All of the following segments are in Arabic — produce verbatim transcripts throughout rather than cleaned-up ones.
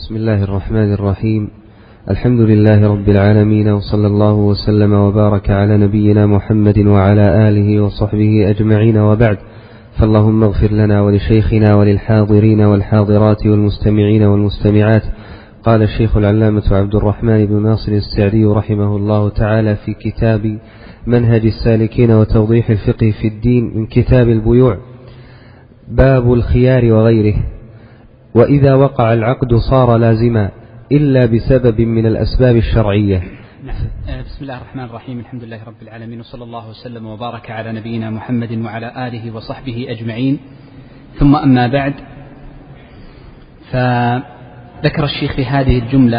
بسم الله الرحمن الرحيم. الحمد لله رب العالمين، وصلى الله وسلم وبارك على نبينا محمد وعلى آله وصحبه أجمعين، وبعد. فاللهم اغفر لنا ولشيخنا وللحاضرين والحاضرات والمستمعين والمستمعات. قال الشيخ العلامة عبد الرحمن بن ناصر السعدي رحمه الله تعالى في كتاب منهج السالكين وتوضيح الفقه في الدين من كتاب البيوع: باب الخيار وغيره. وإذا وقع العقد صار لازما إلا بسبب من الأسباب الشرعية. بسم الله الرحمن الرحيم. الحمد لله رب العالمين، وصلى الله وسلم وبارك على نبينا محمد وعلى آله وصحبه أجمعين، ثم أما بعد. فذكر الشيخ في هذه الجملة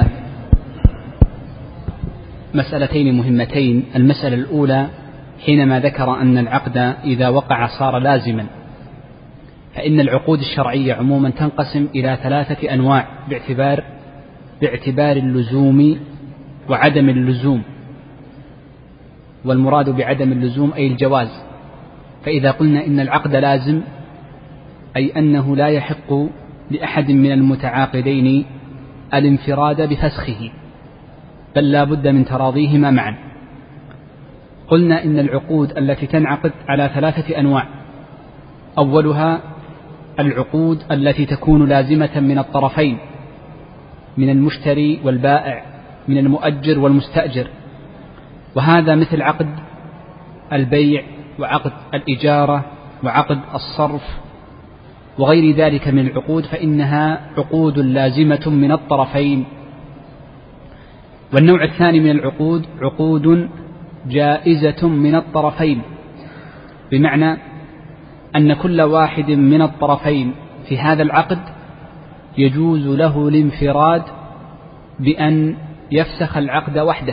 مسألتين مهمتين. المسألة الأولى حينما ذكر أن العقد إذا وقع صار لازما، فإن العقود الشرعية عموما تنقسم إلى ثلاثة أنواع باعتبار باعتبار اللزوم وعدم اللزوم. والمراد بعدم اللزوم أي الجواز. فإذا قلنا إن العقد لازم أي أنه لا يحق لأحد من المتعاقدين الانفراد بفسخه، بل لا بد من تراضيهما معا. قلنا إن العقود التي تنعقد على ثلاثة أنواع: أولها العقود التي تكون لازمة من الطرفين، من المشتري والبائع، من المؤجر والمستأجر، وهذا مثل عقد البيع وعقد الإجارة وعقد الصرف وغير ذلك من العقود، فإنها عقود لازمة من الطرفين. والنوع الثاني من العقود عقود جائزة من الطرفين، بمعنى أن كل واحد من الطرفين في هذا العقد يجوز له الانفراد بأن يفسخ العقد وحده.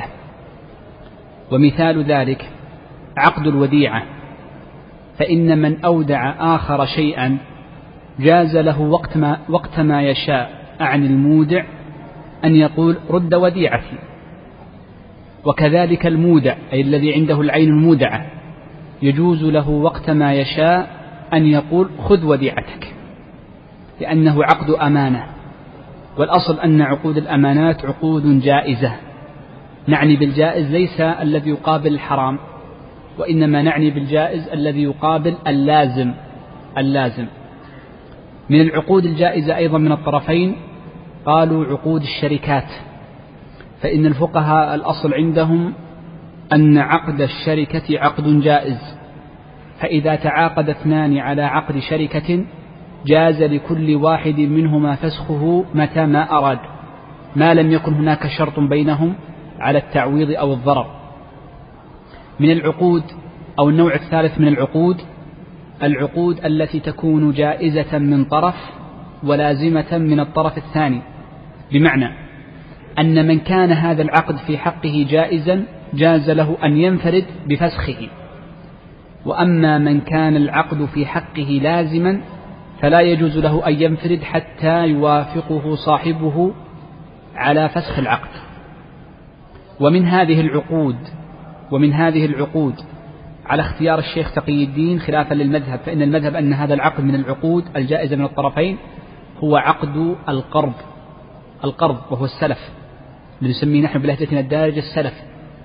ومثال ذلك عقد الوديعة، فإن من أودع آخر شيئا جاز له وقت ما, وقت ما يشاء عن المودع أن يقول رد وديعتي. وكذلك المودع أي الذي عنده العين المودعة يجوز له وقت ما يشاء أن يقول خذ وديعتك، لأنه عقد أمانة. والأصل أن عقود الأمانات عقود جائزة. نعني بالجائز ليس الذي يقابل الحرام، وإنما نعني بالجائز الذي يقابل اللازم اللازم من العقود الجائزة أيضا من الطرفين قالوا عقود الشركات، فإن الفقهاء الأصل عندهم أن عقد الشركة عقد جائز. فإذا تعاقد اثنان على عقد شركة جاز لكل واحد منهما فسخه متى ما أراد، ما لم يكن هناك شرط بينهم على التعويض أو الضرر. من العقود أو النوع الثالث من العقود العقود التي تكون جائزة من طرف ولازمة من الطرف الثاني، بمعنى أن من كان هذا العقد في حقه جائزا جاز له أن ينفرد بفسخه، وأما من كان العقد في حقه لازما فلا يجوز له أن ينفرد حتى يوافقه صاحبه على فسخ العقد. ومن هذه العقود ومن هذه العقود على اختيار الشيخ تقي الدين خلافا للمذهب، فإن المذهب أن هذا العقد من العقود الجائزة من الطرفين هو عقد القرض القرض وهو السلف، نسميه نحن بلهجتنا الدارجة السلف.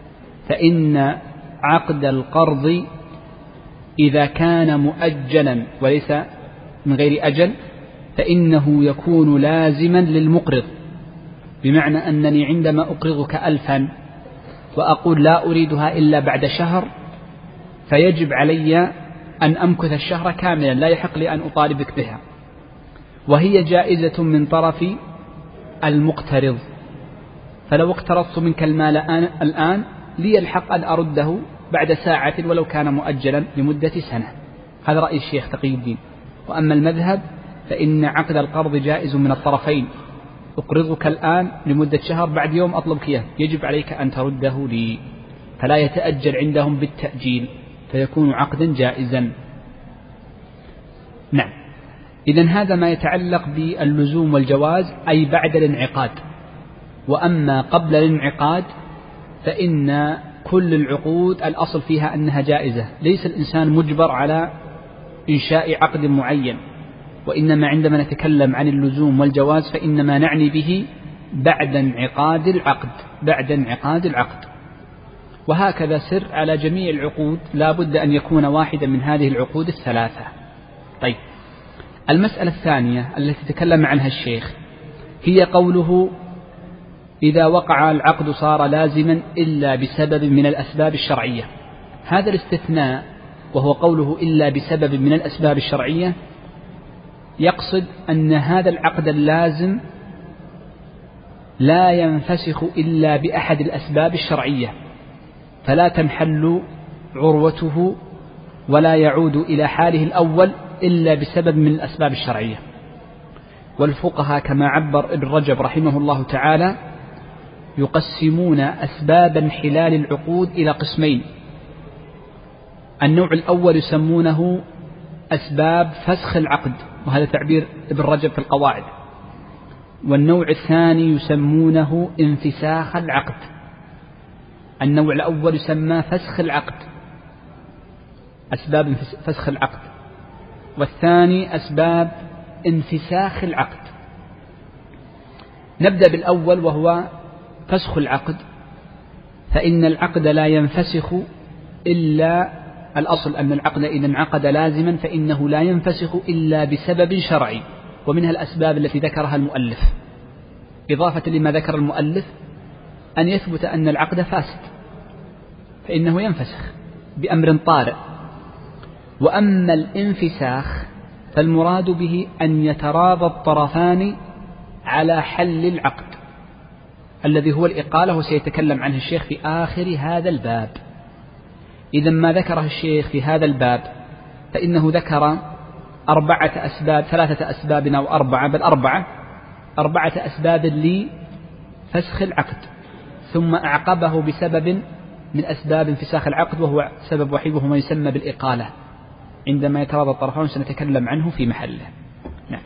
فإن عقد القرض إذا كان مؤجلا وليس من غير أجل فإنه يكون لازما للمقرض، بمعنى أنني عندما أقرضك ألفا وأقول لا أريدها إلا بعد شهر، فيجب علي أن أمكث الشهر كاملا، لا يحق لي أن أطالبك بها، وهي جائزة من طرف المقترض. فلو اقترضت منك المال الآن لي الحق أن أرده بعد ساعة ولو كان مؤجلا لمدة سنة. هذا رأي الشيخ تقي الدين. وأما المذهب فإن عقد القرض جائز من الطرفين، أقرضك الآن لمدة شهر، بعد يوم أطلبك إياه يجب عليك أن ترده لي، فلا يتأجل عندهم بالتأجيل، فيكون عقدا جائزا. نعم. إذن هذا ما يتعلق باللزوم والجواز أي بعد الانعقاد. وأما قبل الانعقاد فإن كل العقود الأصل فيها أنها جائزة، ليس الإنسان مجبر على إنشاء عقد معين، وإنما عندما نتكلم عن اللزوم والجواز فإنما نعني به بعد انعقاد العقد بعد انعقاد العقد وهكذا سر على جميع العقود، لا بد أن يكون واحدا من هذه العقود الثلاثة. طيب، المسألة الثانية التي تكلم عنها الشيخ هي قوله إذا وقع العقد صار لازما إلا بسبب من الأسباب الشرعية. هذا الاستثناء وهو قوله إلا بسبب من الأسباب الشرعية يقصد أن هذا العقد اللازم لا ينفسخ إلا بأحد الأسباب الشرعية، فلا تنحل عروته ولا يعود إلى حاله الأول إلا بسبب من الأسباب الشرعية. والفقهاء كما عبر ابن رجب رحمه الله تعالى يقسمون أسباب انحلال العقود إلى قسمين. النوع الأول يسمونه أسباب فسخ العقد، وهذا تعبير ابن رجب في القواعد. والنوع الثاني يسمونه انفساخ العقد. النوع الأول يسمى فسخ العقد، أسباب فسخ العقد، والثاني أسباب انفساخ العقد. نبدأ بالأول وهو فسخ العقد، فإن العقد لا ينفسخ إلا الأصل أن العقد إذا انعقد لازما فإنه لا ينفسخ إلا بسبب شرعي، ومنها الأسباب التي ذكرها المؤلف، إضافة لما ذكر المؤلف أن يثبت أن العقد فاسد فإنه ينفسخ بأمر طارئ. وأما الانفساخ فالمراد به أن يتراضى الطرفان على حل العقد الذي هو الإقالة، وسيتكلم عنه الشيخ في آخر هذا الباب. إذا ما ذكره الشيخ في هذا الباب فإنه ذكر أربعة أسباب، ثلاثة أسباب أو أربعة، بل أربعة أربعة أسباب لفسخ العقد، ثم أعقبه بسبب من أسباب انفساخ العقد وهو سبب وحيد وهو ما يسمى بالإقالة. عندما يتراضى الطرفان سنتكلم عنه في محله. نعم.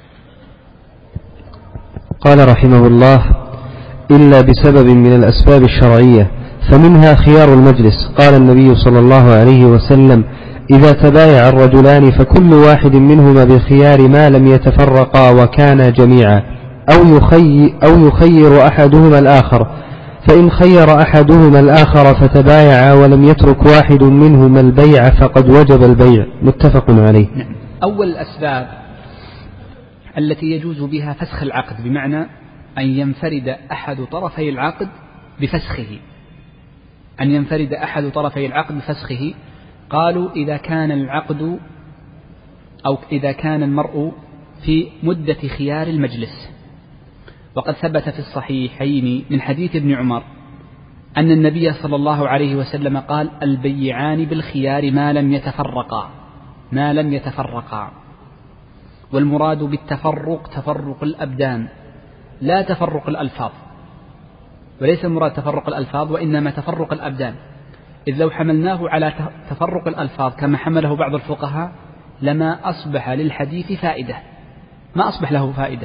قال رحمه الله إلا بسبب من الأسباب الشرعية، فمنها خيار المجلس. قال النبي صلى الله عليه وسلم إذا تبايع الرجلان فكل واحد منهما بخيار ما لم يتفرقا وكانا جميعا، أو, يخي أو يخير أحدهما الآخر، فإن خير أحدهما الآخر فتبايعا ولم يترك واحد منهما البيع فقد وجب البيع. متفق عليه. أول الأسباب التي يجوز بها فسخ العقد بمعنى أن ينفرد أحد طرفي العقد بفسخه أن ينفرد أحد طرفي العقد بفسخه قالوا إذا كان العقد أو إذا كان المرء في مدة خيار المجلس. وقد ثبت في الصحيحين من حديث ابن عمر أن النبي صلى الله عليه وسلم قال البيعان بالخيار ما لم يتفرقا ما لم يتفرقا والمراد بالتفرق تفرق الأبدان لا تفرق الألفاظ، وليس المراد تفرق الألفاظ وإنما تفرق الأبدان، إذ لو حملناه على تفرق الألفاظ كما حمله بعض الفقهاء لما أصبح للحديث فائدة، ما أصبح له فائدة.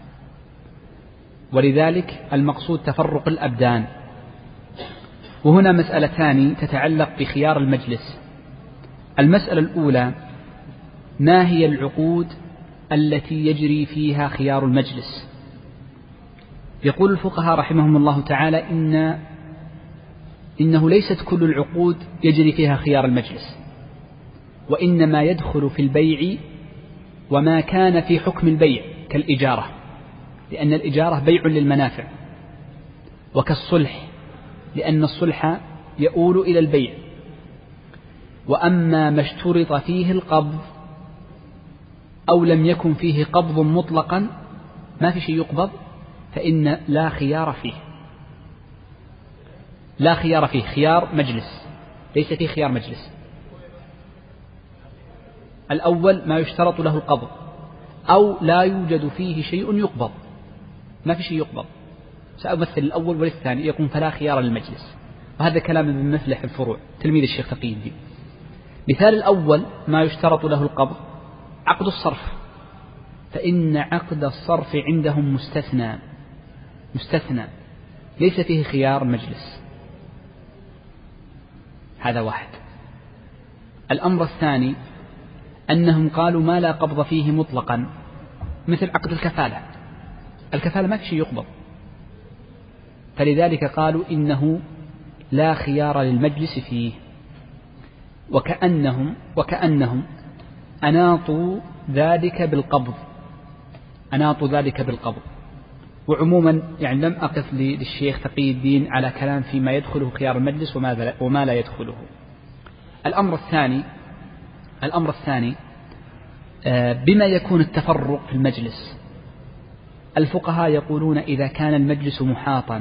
ولذلك المقصود تفرق الأبدان. وهنا مسألتان تتعلق بخيار المجلس. المسألة الأولى ما هي العقود التي يجري فيها خيار المجلس؟ يقول الفقهاء رحمهم الله تعالى إن إنه ليست كل العقود يجري فيها خيار المجلس، وإنما يدخل في البيع وما كان في حكم البيع كالإجارة، لأن الإجارة بيع للمنافع، وكالصلح لأن الصلح يؤول إلى البيع. وأما ما اشترط فيه القبض أو لم يكن فيه قبض مطلقا ما في شيء يقبض فإن لا خيار فيه لا خيار فيه خيار مجلس، ليس فيه خيار مجلس. الأول ما يشترط له القبض أو لا يوجد فيه شيء يقبض، ما في شيء يقبض. سأمثل الأول والثاني يكون فلا خيار للمجلس، وهذا كلام ابن مفلح في الفروع تلميذ الشيخ تقي الدين. مثال الأول ما يشترط له القبض عقد الصرف، فإن عقد الصرف عندهم مستثنى مستثنى ليس فيه خيار مجلس. هذا واحد. الأمر الثاني أنهم قالوا ما لا قبض فيه مطلقا، مثل عقد الكفالة. الكفالة ما في شيء يقبض، فلذلك قالوا إنه لا خيار للمجلس فيه. وكأنهم وكأنهم أناطوا ذلك بالقبض أناطوا ذلك بالقبض وعموما يعني لم أقف للشيخ تقي الدين على كلام فيما يدخله خيار المجلس وما لا يدخله. الأمر الثاني الأمر الثاني بما يكون التفرق في المجلس. الفقهاء يقولون إذا كان المجلس محاطا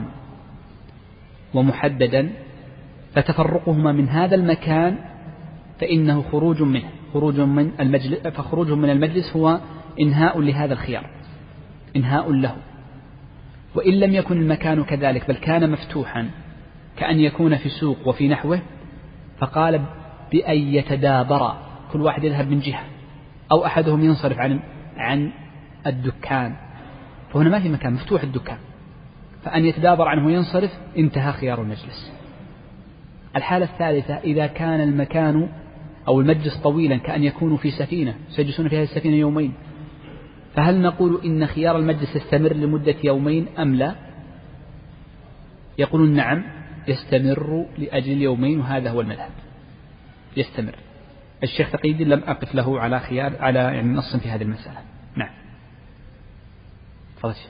ومحددا فتفرقهما من هذا المكان فإنه خروج منه خروج من المجلس فخروج من المجلس هو إنهاء لهذا الخيار إنهاء له. وإن لم يكن المكان كذلك بل كان مفتوحا كأن يكون في سوق وفي نحوه فقال بأن يتدابر كل واحد يذهب من جهة أو أحدهم ينصرف عن عن الدكان فهنا ما في مكان مفتوح الدكان فأن يتدابر عنه وينصرف انتهى خيار المجلس. الحالة الثالثة إذا كان المكان أو المجلس طويلا كأن يكون في سفينة سيجلسون في هذه السفينة يومين فهل نقول إن خيار المجلس يستمر لمدة يومين أم لا؟ يقولون نعم يستمر لأجل اليومين وهذا هو المذهب يستمر. الشيخ تقي الدين لم أقف له على خيار على يعني نص في هذه المسألة. نعم تفضل شيخ.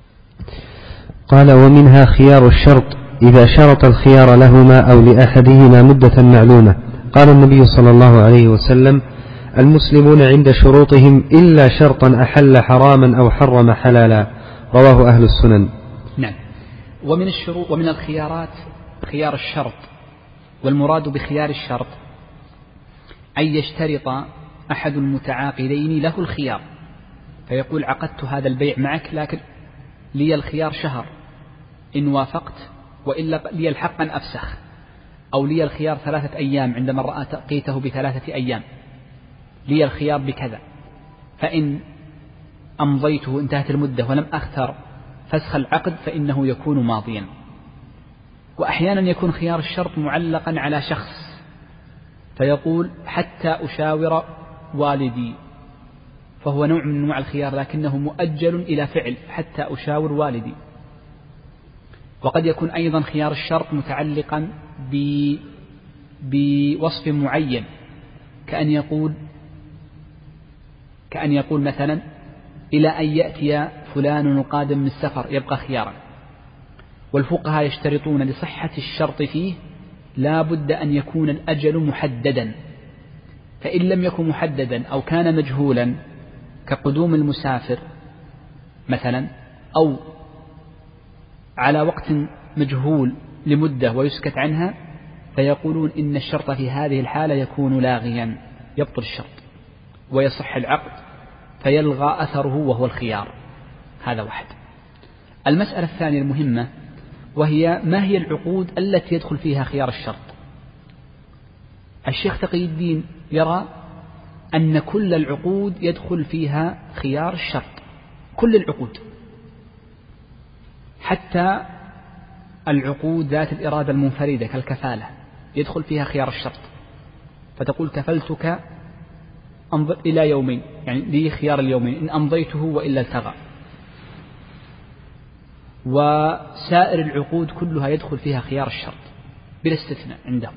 قال ومنها خيار الشرط إذا شرط الخيار لهما أو لأحدهما مدة معلومة. قال النبي صلى الله عليه وسلم المسلمون عند شروطهم إلا شرطا أحل حراما أو حرم حلالا. رواه أهل السنن. نعم. ومن الشروط ومن الخيارات خيار الشرط. والمراد بخيار الشرط أن يشترط أحد المتعاقدين له الخيار فيقول عقدت هذا البيع معك لكن لي الخيار شهر إن وافقت وإلا لي الحق أن أفسخ أو لي الخيار ثلاثة أيام عندما رأى تأقيته بثلاثة أيام لي الخيار بكذا فإن أمضيته انتهت المدة ولم أختر فسخ العقد فإنه يكون ماضيا. وأحيانا يكون خيار الشرط معلقا على شخص فيقول حتى أشاور والدي فهو نوع من نوع الخيار لكنه مؤجل إلى فعل حتى أشاور والدي. وقد يكون أيضا خيار الشرط متعلقا بوصف معين كأن يقول كأن يقول مثلا إلى أن يأتي فلان القادم من السفر يبقى خيارا. والفقهاء يشترطون لصحة الشرط فيه لا بد أن يكون الأجل محددا فإن لم يكن محددا أو كان مجهولا كقدوم المسافر مثلا أو على وقت مجهول لمدة ويسكت عنها فيقولون إن الشرط في هذه الحالة يكون لاغيا يبطل الشرط ويصح العقد فيلغى أثره وهو الخيار. هذا واحد. المسألة الثانية المهمة وهي ما هي العقود التي يدخل فيها خيار الشرط. الشيخ تقي الدين يرى أن كل العقود يدخل فيها خيار الشرط كل العقود حتى العقود ذات الإرادة المنفردة كالكفالة يدخل فيها خيار الشرط فتقول كفلتك أنظر إلى يومين يعني لي خيار اليومين إن أمضيته وإلا التغى. وسائر العقود كلها يدخل فيها خيار الشرط بلا استثناء عندهم.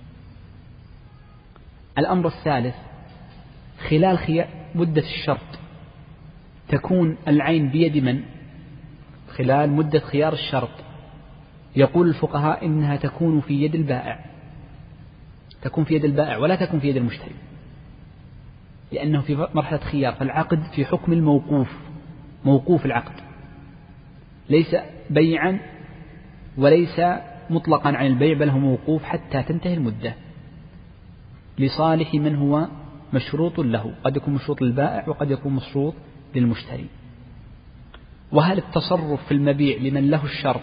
الأمر الثالث خلال خيار مدة الشرط تكون العين بيد من؟ خلال مدة خيار الشرط يقول الفقهاء إنها تكون في يد البائع تكون في يد البائع ولا تكون في يد المشتري لأنه في مرحلة خيار فالعقد في حكم الموقوف موقوف العقد ليس بيعا وليس مطلقا عن البيع بل هو موقوف حتى تنتهي المدة لصالح من هو مشروط له قد يكون مشروط للبائع وقد يكون مشروط للمشتري. وهل التصرف في المبيع لمن له الشرط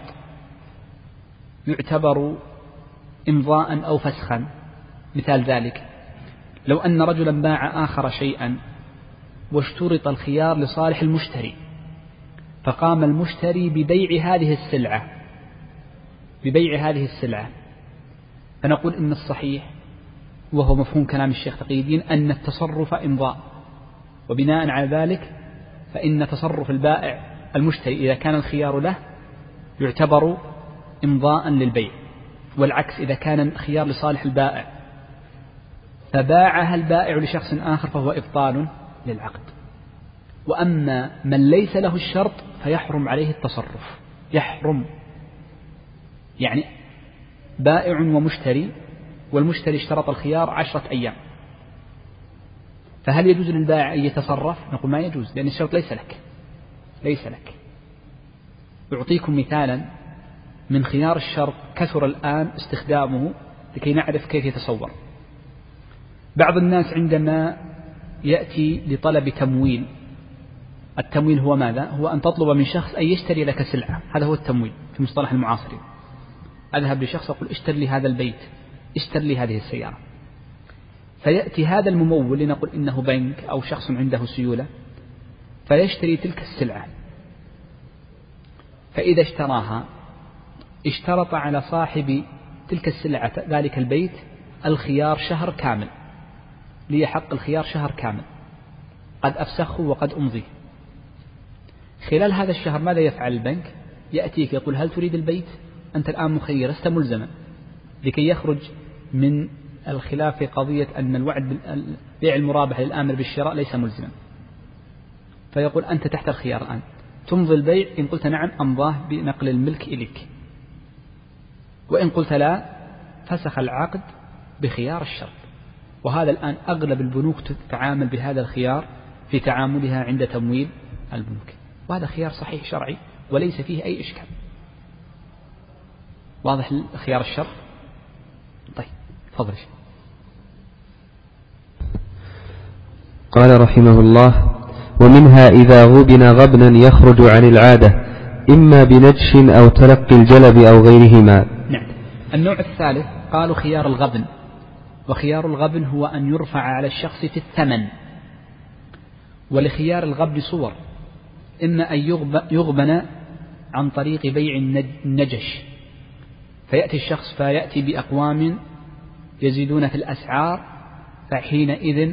يعتبر إمضاء أو فسخا؟ مثال ذلك لو أن رجلا باع آخر شيئا واشترط الخيار لصالح المشتري فقام المشتري ببيع هذه السلعة ببيع هذه السلعة فنقول إن الصحيح وهو مفهوم كلام الشيخ تقي الدين أن التصرف إمضاء وبناء على ذلك فإن تصرف البائع المشتري إذا كان الخيار له يعتبر إمضاء للبيع، والعكس إذا كان خيار لصالح البائع فباعها البائع لشخص آخر فهو إبطال للعقد. وأما من ليس له الشرط فيحرم عليه التصرف، يحرم. يعني بائع ومشتري، والمشتري اشترط الخيار عشرة أيام، فهل يجوز للبائع أن يتصرف؟ نقول ما يجوز، لأن الشرط ليس لك، ليس لك. أعطيكم مثالا من خيار الشرط كثر الآن استخدامه لكي نعرف كيف يتصور. بعض الناس عندما يأتي لطلب تمويل، التمويل هو ماذا؟ هو أن تطلب من شخص أن يشتري لك سلعة، هذا هو التمويل في مصطلح المعاصرين. أذهب لشخص أقول اشتر لي هذا البيت، اشتر لي هذه السيارة، فيأتي هذا الممول لنقول إنه بنك أو شخص عنده سيولة فيشتري تلك السلعة، فإذا اشتراها اشترط على صاحب تلك السلعة ذلك البيت الخيار شهر كامل، لي حق الخيار شهر كامل، قد أفسخه وقد أمضيه. خلال هذا الشهر ماذا يفعل البنك؟ يأتيك يقول هل تريد البيت؟ أنت الآن مخير، لست ملزما، لكي يخرج من الخلاف في قضية أن الوعد بيع المرابح للآمر بالشراء ليس ملزما، فيقول أنت تحت الخيار الآن، تمضي البيع، إن قلت نعم أمضاه بنقل الملك إليك، وإن قلت لا فسخ العقد بخيار الشرط. وهذا الآن أغلب البنوك تتعامل بهذا الخيار في تعاملها عند تمويل البنوك، وهذا خيار صحيح شرعي وليس فيه أي إشكال. واضح خيار الشرط؟ طيب تفضل. قال رحمه الله: ومنها إذا غبن غبنا يخرج عن العادة إما بنجش أو تلقي الجلب أو غيرهما. نعم. النوع الثالث قالوا خيار الغبن، وخيار الغبن هو أن يرفع على الشخص في الثمن. ولخيار الغبن صور، إما أن يغبن عن طريق بيع النجش، فيأتي الشخص فيأتي بأقوام يزيدون في الأسعار، فحينئذ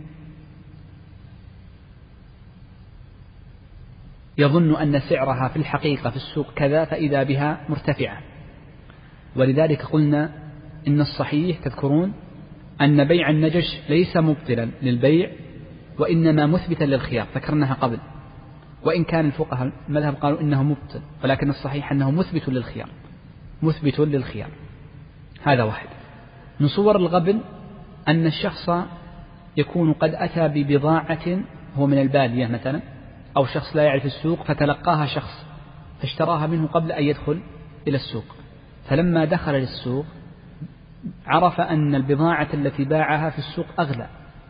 يظن أن سعرها في الحقيقة في السوق كذا، فإذا بها مرتفعة. ولذلك قلنا إن الصحيح تذكرون أن بيع النجش ليس مبطلا للبيع، وإنما مثبتا للخيار، ذكرناها قبل، وإن كان الفقهاء المذهب قالوا إنه مبطل، ولكن الصحيح أنه مثبت للخيار، مثبت للخيار. هذا واحد. من صور الغبن أن الشخص يكون قد أتى ببضاعة هو من البادية مثلا، أو شخص لا يعرف السوق فتلقاها شخص فاشتراها منه قبل أن يدخل إلى السوق، فلما دخل للسوق عرف أن البضاعة التي باعها في السوق أغلى،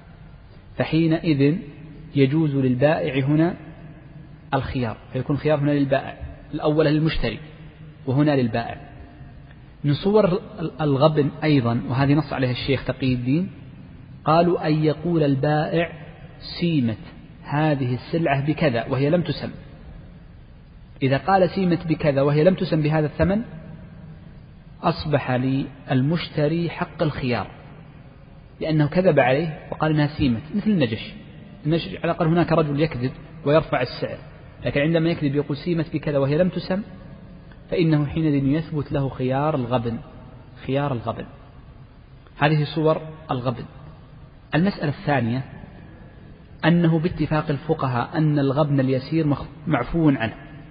فحينئذ يجوز للبائع هنا الخيار، فيكون خيار هنا للبائع، الأول للمشتري وهنا للبائع. من صور الغبن أيضا، وهذه نص عليها الشيخ تقي الدين، قالوا أن يقول البائع سيمة هذه السلعة بكذا وهي لم تسم. إذا قال سيمة بكذا وهي لم تسم بهذا الثمن أصبح للمشتري حق الخيار، لأنه كذب عليه وقال إنها سيمة، مثل النجش. النجش على الأقل هناك رجل يكذب ويرفع السعر، لكن عندما يكذب يقول سيمة بكذا وهي لم تسم، فإنه حينئذ يثبت له خيار الغبن، خيار الغبن. هذه صور الغبن. المسألة الثانية أنه باتفاق الفقهاء أن الغبن اليسير معفو عنه،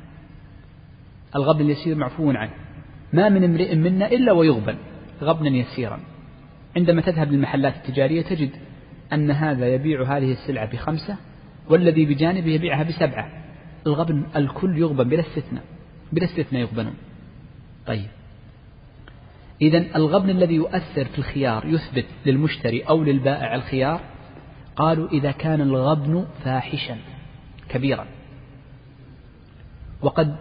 الغبن اليسير معفو عنه، ما من امرئ منا إلا ويغبن غبنا يسيرا. عندما تذهب للمحلات التجارية تجد أن هذا يبيع هذه السلعة بخمسة والذي بجانبه يبيعها بسبعة، الغبن الكل يغبن بلا استثناء، بلا استثناء يغبنون. طيب إذن الغبن الذي يؤثر في الخيار يثبت للمشتري أو للبائع الخيار، قالوا إذا كان الغبن فاحشا كبيرا. وقد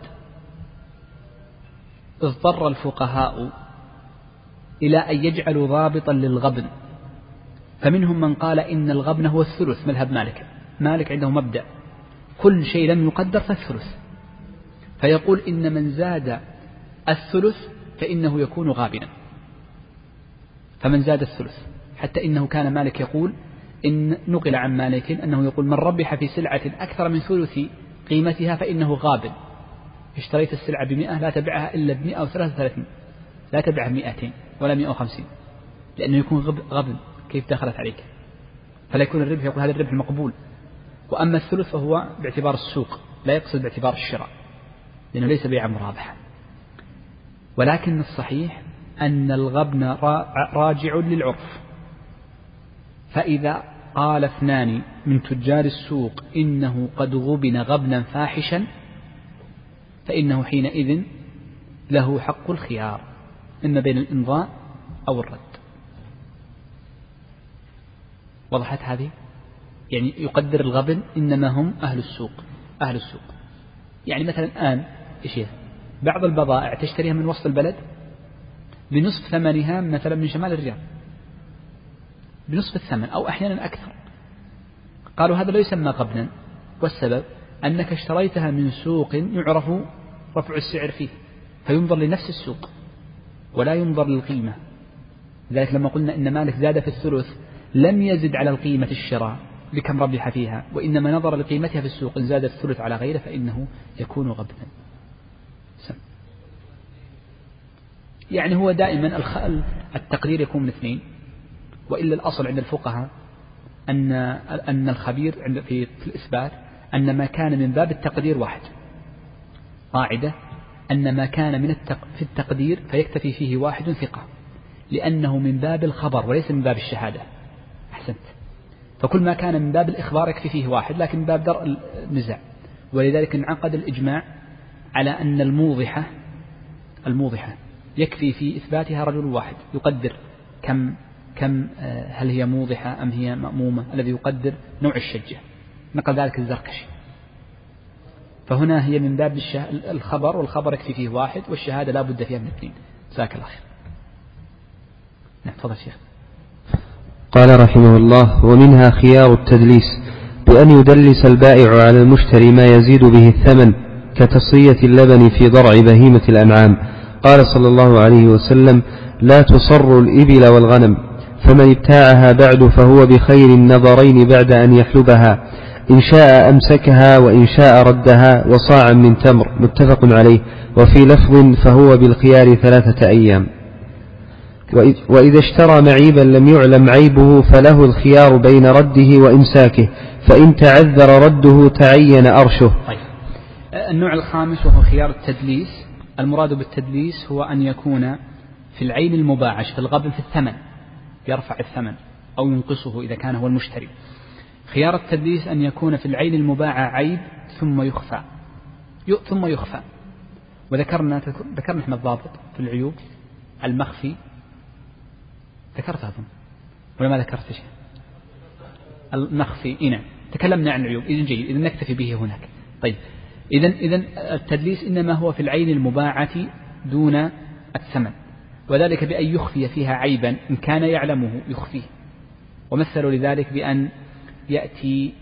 اضطر الفقهاء إلى أن يجعلوا ضابطا للغبن، فمنهم من قال إن الغبن هو الثلث، مذهب مالك، مالك عنده مبدأ كل شيء لم يقدر فالثلث، فيقول إن من زاد الثلث فإنه يكون غابنا، فمن زاد الثلث، حتى إنه كان مالك يقول إن نقل عن مالك أنه يقول من ربح في سلعة أكثر من ثلث قيمتها فإنه غابن، اشتريت السلعة بمئة لا تبيعها إلا بمئة أو ثلاثة وثلاثين، لا تبيعها بمئتين ولا مئة وخمسين، لأنه يكون غبن كيف دخلت عليك، فلا يكون الربح يقول هذا الربح المقبول. وأما الثلث فهو باعتبار السوق لا يقصد باعتبار الشراء، لأنه ليس بيع مرابحة. ولكن الصحيح أن الغبن راجع للعرف، فإذا قال اثنان من تجار السوق إنه قد غبن غبنا فاحشا فإنه حينئذ له حق الخيار إما بين الإمضاء أو الرد. وضحت هذه؟ يعني يقدر الغبن إنما هم أهل السوق أهل السوق يعني مثلا الآن إيش بعض البضائع تشتريها من وسط البلد بنصف ثمنها مثلا من شمال الرياض، بنصف الثمن أو أحيانا أكثر. قالوا هذا لا يسمى غبنا، والسبب أنك اشتريتها من سوق يعرف رفع السعر فيه، فينظر لنفس السوق ولا ينظر للقيمة. لذلك لما قلنا إن مالك زاد في الثلث لم يزد على القيمة الشراء بكم ربح فيها، وإنما نظر لقيمتها في السوق، إن زاد الثلث على غيره فإنه يكون غبنا. يعني هو دائما التقدير يكون من اثنين، وإلا الأصل عند الفقهاء أن أن الخبير عند في الإثبات أن ما كان من باب التقدير واحد، قاعدة أن ما كان من التق في التقدير فيكتفي فيه واحد ثقة، لأنه من باب الخبر وليس من باب الشهادة. أحسنت. فكل ما كان من باب الإخبار يكفي فيه واحد، لكن من باب درء النزاع. ولذلك انعقد الإجماع على أن الموضحة الموضحة يكفي في إثباتها رجل واحد يقدر كم كم هل هي موضحة أم هي مأمومة، الذي يقدر نوع الشجة. نقل ذلك الزركشي. فهنا هي من باب الخبر، والخبر يكفي فيه واحد، والشهادة لا بد فيها من اثنين. جزاك الله خير. نعم تفضل شيخ. قال رحمه الله: ومنها خيار التدليس، بأن يدلس البائع على المشتري ما يزيد به الثمن كتصرية اللبن في ضرع بهيمة الأنعام. قال صلى الله عليه وسلم: لا تصر الإبل والغنم، فمن ابتاعها بعد فهو بخير النظرين بعد أن يحلبها، إن شاء أمسكها وإن شاء ردها، وصاعا من تمر. متفق عليه. وفي لفظ: فهو بالخيار ثلاثة أيام. وإذا اشترى معيبا لم يعلم عيبه فله الخيار بين رده وإمساكه، فإن تعذر رده تعين أرشه. طيب. النوع الخامس وهو خيار التدليس. المراد بالتدليس هو أن يكون في العين المباعش في الغبن في الثمن، يرفع الثمن أو ينقصه إذا كان هو المشتري. خيار التدليس أن يكون في العين المباعة عيب ثم يخفى ثم يخفى وذكرنا ذكرنا احنا الضابط في العيوب المخفي، ذكرتها أظن ولا ما ذكرت شيء؟ المخفي. إنا تكلمنا عن العيوب. إذن جيد، إذن نكتفي به هناك. طيب. إذن إذن التدليس إنما هو في العين المباعة دون الثمن، وذلك بأن يخفي فيها عيبا إن كان يعلمه يخفيه. ومثلوا لذلك بأن يأتي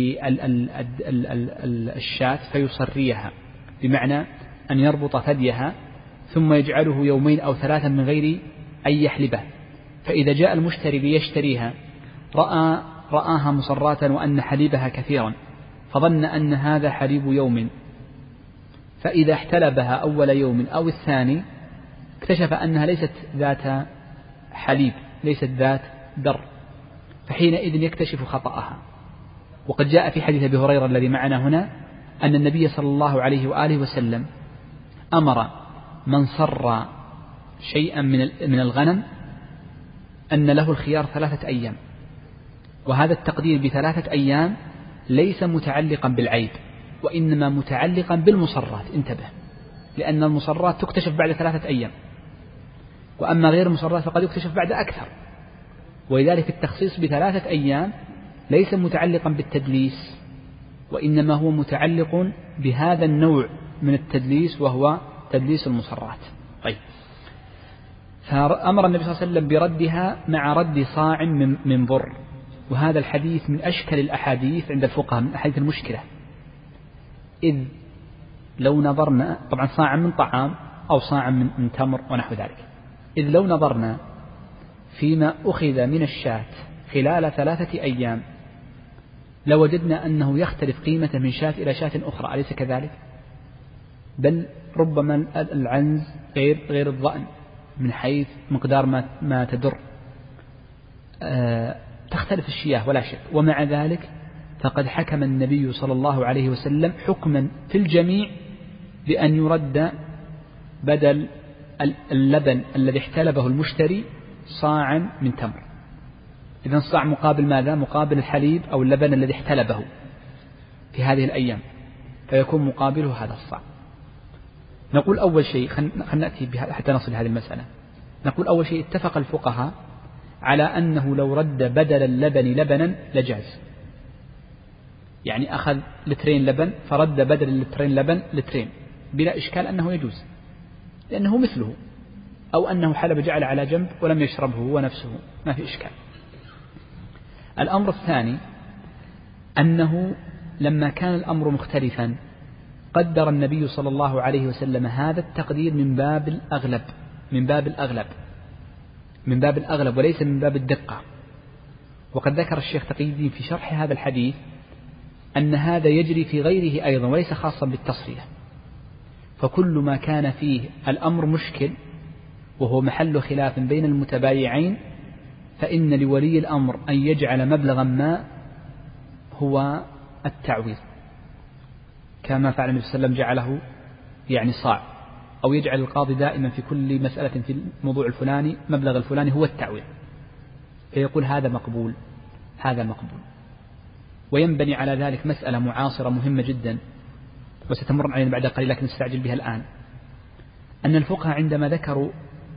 للشاة فيصريها، بمعنى أن يربط ثديها ثم يجعله يومين أو ثلاثا من غير أن يحلبه، فإذا جاء المشتري ليشتريها رأى رآها مصراة وأن حليبها كثيرا، فظن أن هذا حليب يوم، فإذا احتلبها أول يوم أو الثاني اكتشف أنها ليست ذات حليب، ليست ذات در، فحينئذ يكتشف خطأها. وقد جاء في حديث أبي هريرة الذي معنا هنا أن النبي صلى الله عليه وآله وسلم أمر من صر شيئا من الغنم أن له الخيار ثلاثة أيام. وهذا التقدير بثلاثة أيام ليس متعلقا بالعيب، وإنما متعلقا بالمصرات. انتبه، لأن المصرات تكتشف بعد ثلاثة أيام، وأما غير المصرات فقد يكتشف بعد أكثر. ولذلك التخصيص بثلاثة أيام ليس متعلقا بالتدليس، وإنما هو متعلق بهذا النوع من التدليس وهو تدليس المصرات. طيب. فأمر النبي صلى الله عليه وسلم بردها مع رد صاع من بر، وهذا الحديث من أشكل الأحاديث عند الفقهاء، من الأحاديث المشكلة. إذ لو نظرنا، طبعا صاع من طعام أو صاع من, من تمر ونحو ذلك، إذ لو نظرنا فيما أخذ من الشاة خلال ثلاثة أيام لوجدنا أنه يختلف قيمة من شاة إلى شاة أخرى، أليس كذلك؟ بل ربما العنز غير غير الظأن من حيث مقدار ما ما تدر، أه تختلف الشياه ولا شك. ومع ذلك فقد حكم النبي صلى الله عليه وسلم حكما في الجميع بأن يرد بدل اللبن الذي احتلبه المشتري صاعا من تمر. إذن الصاع مقابل ماذا؟ مقابل الحليب أو اللبن الذي احتلبه في هذه الأيام، فيكون مقابله هذا الصاع. نقول أول شيء، خلنا نأتي بها حتى نصل هذه المسألة. نقول أول شيء اتفق الفقهاء على أنه لو رد بدل اللبن لبنا لجاز، يعني أخذ لترين لبن فرد بدل اللترين لبن لترين بلا إشكال أنه يجوز، لأنه مثله، أو أنه حلب جعل على جنب ولم يشربه هو نفسه، ما في إشكال. الأمر الثاني أنه لما كان الأمر مختلفا قدر النبي صلى الله عليه وسلم هذا التقدير من باب الأغلب من باب الأغلب من باب الأغلب وليس من باب الدقة. وقد ذكر الشيخ تقي الدين في شرح هذا الحديث أن هذا يجري في غيره أيضا وليس خاصا بالتصرية، فكل ما كان فيه الأمر مشكل وهو محل خلاف بين المتبايعين فإن لولي الأمر أن يجعل مبلغا ما هو التعويض، كما فعل النبي صلى الله عليه وسلم جعله يعني صاع، أو يجعل القاضي دائما في كل مسألة في الموضوع الفلاني مبلغ الفلاني هو التعويض، فيقول هذا مقبول هذا مقبول. وينبني على ذلك مسألة معاصرة مهمة جدا وستمر علينا بعد قليل لكن نستعجل بها الآن، أن الفقهاء عندما ذكروا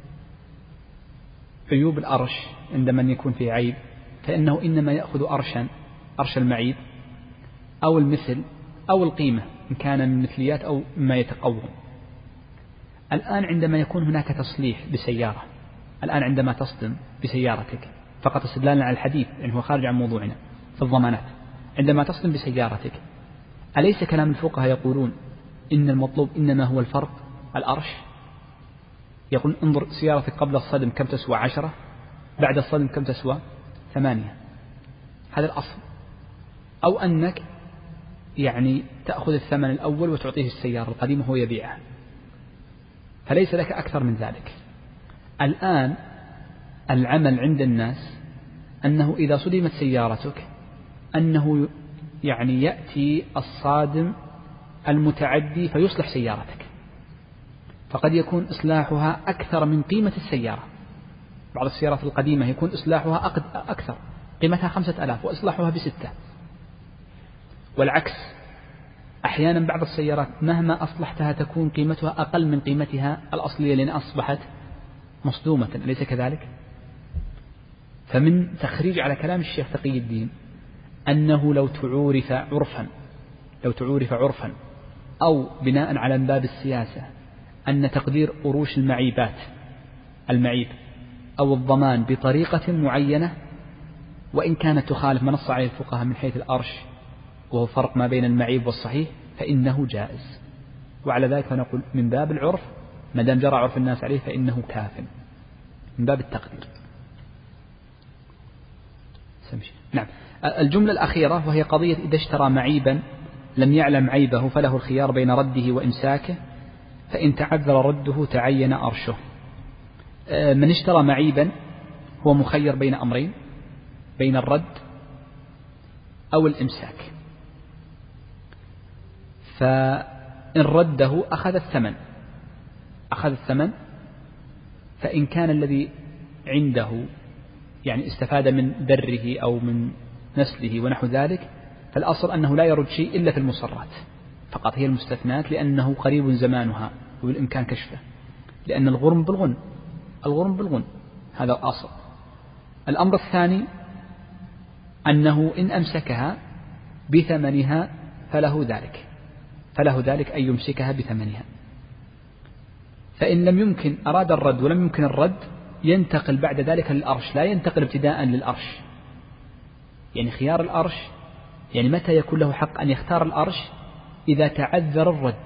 عيوب الأرش عند من يكون فيه عيب فإنه إنما يأخذ أرشا أرش المعيب أو المثل أو القيمة إن كان من مثليات أو ما يتقوم. الآن عندما يكون هناك تصليح بسيارة، الآن عندما تصدم بسيارتك فقط استدلالا على الحديث يعني هو خارج عن موضوعنا في الضمانات، عندما تصدم بسيارتك أليس كلام الفقهاء يقولون إن المطلوب إنما هو الفرق الأرش؟ يقول انظر سيارتك قبل الصدم كم تسوى عشرة، بعد الصدم كم تسوى ثمانية، هذا الأصل. أو أنك يعني تأخذ الثمن الأول وتعطيه السيارة القديمة هو يبيعها، فليس لك أكثر من ذلك. الآن العمل عند الناس أنه إذا صدمت سيارتك أنه يعني يأتي الصادم المتعدي فيصلح سيارتك، فقد يكون إصلاحها أكثر من قيمة السيارة. بعض السيارات القديمة يكون إصلاحها أكثر، قيمتها خمسة ألاف وإصلاحها بستة، والعكس أحيانا بعض السيارات مهما أصلحتها تكون قيمتها أقل من قيمتها الأصلية لأن أصبحت مصدومة، أليس كذلك؟ فمن تخريج على كلام الشيخ تقي الدين أنه لو تعورف عرفا لو تعورف عرفا أو بناء على باب السياسة أن تقدير أروش المعيبات المعيب أو الضمان بطريقة معينة وإن كانت تخالف ما نص عليه الفقهاء من حيث الأرش وهو فرق ما بين المعيب والصحيح فإنه جائز. وعلى ذلك فنقول من باب العرف ما دام جرى عرف الناس عليه فإنه كاف من باب التقدير. سمشي. نعم. الجملة الأخيرة وهي قضية إذا اشترى معيبا لم يعلم عيبه فله الخيار بين رده وإمساكه، فإن تعذر رده تعين أرشه. من اشترى معيبا هو مخير بين أمرين، بين الرد أو الإمساك، فإن رده أخذ الثمن أخذ الثمن فإن كان الذي عنده يعني استفاد من دره أو من نسله ونحو ذلك فالأصل أنه لا يرد شيء إلا في المصرات فقط هي المستثنات لأنه قريب زمانها وبالإمكان كشفه، لأن الغرم بالغن الغرم بالغن هذا الأصل. الأمر الثاني أنه إن أمسكها بثمنها فله ذلك فله ذلك أن يمسكها بثمنها، فإن لم يمكن أراد الرد ولم يمكن الرد ينتقل بعد ذلك للأرش، لا ينتقل ابتداء للأرش. يعني خيار الأرش يعني متى يكون له حق أن يختار الأرش؟ إذا تعذر الرد،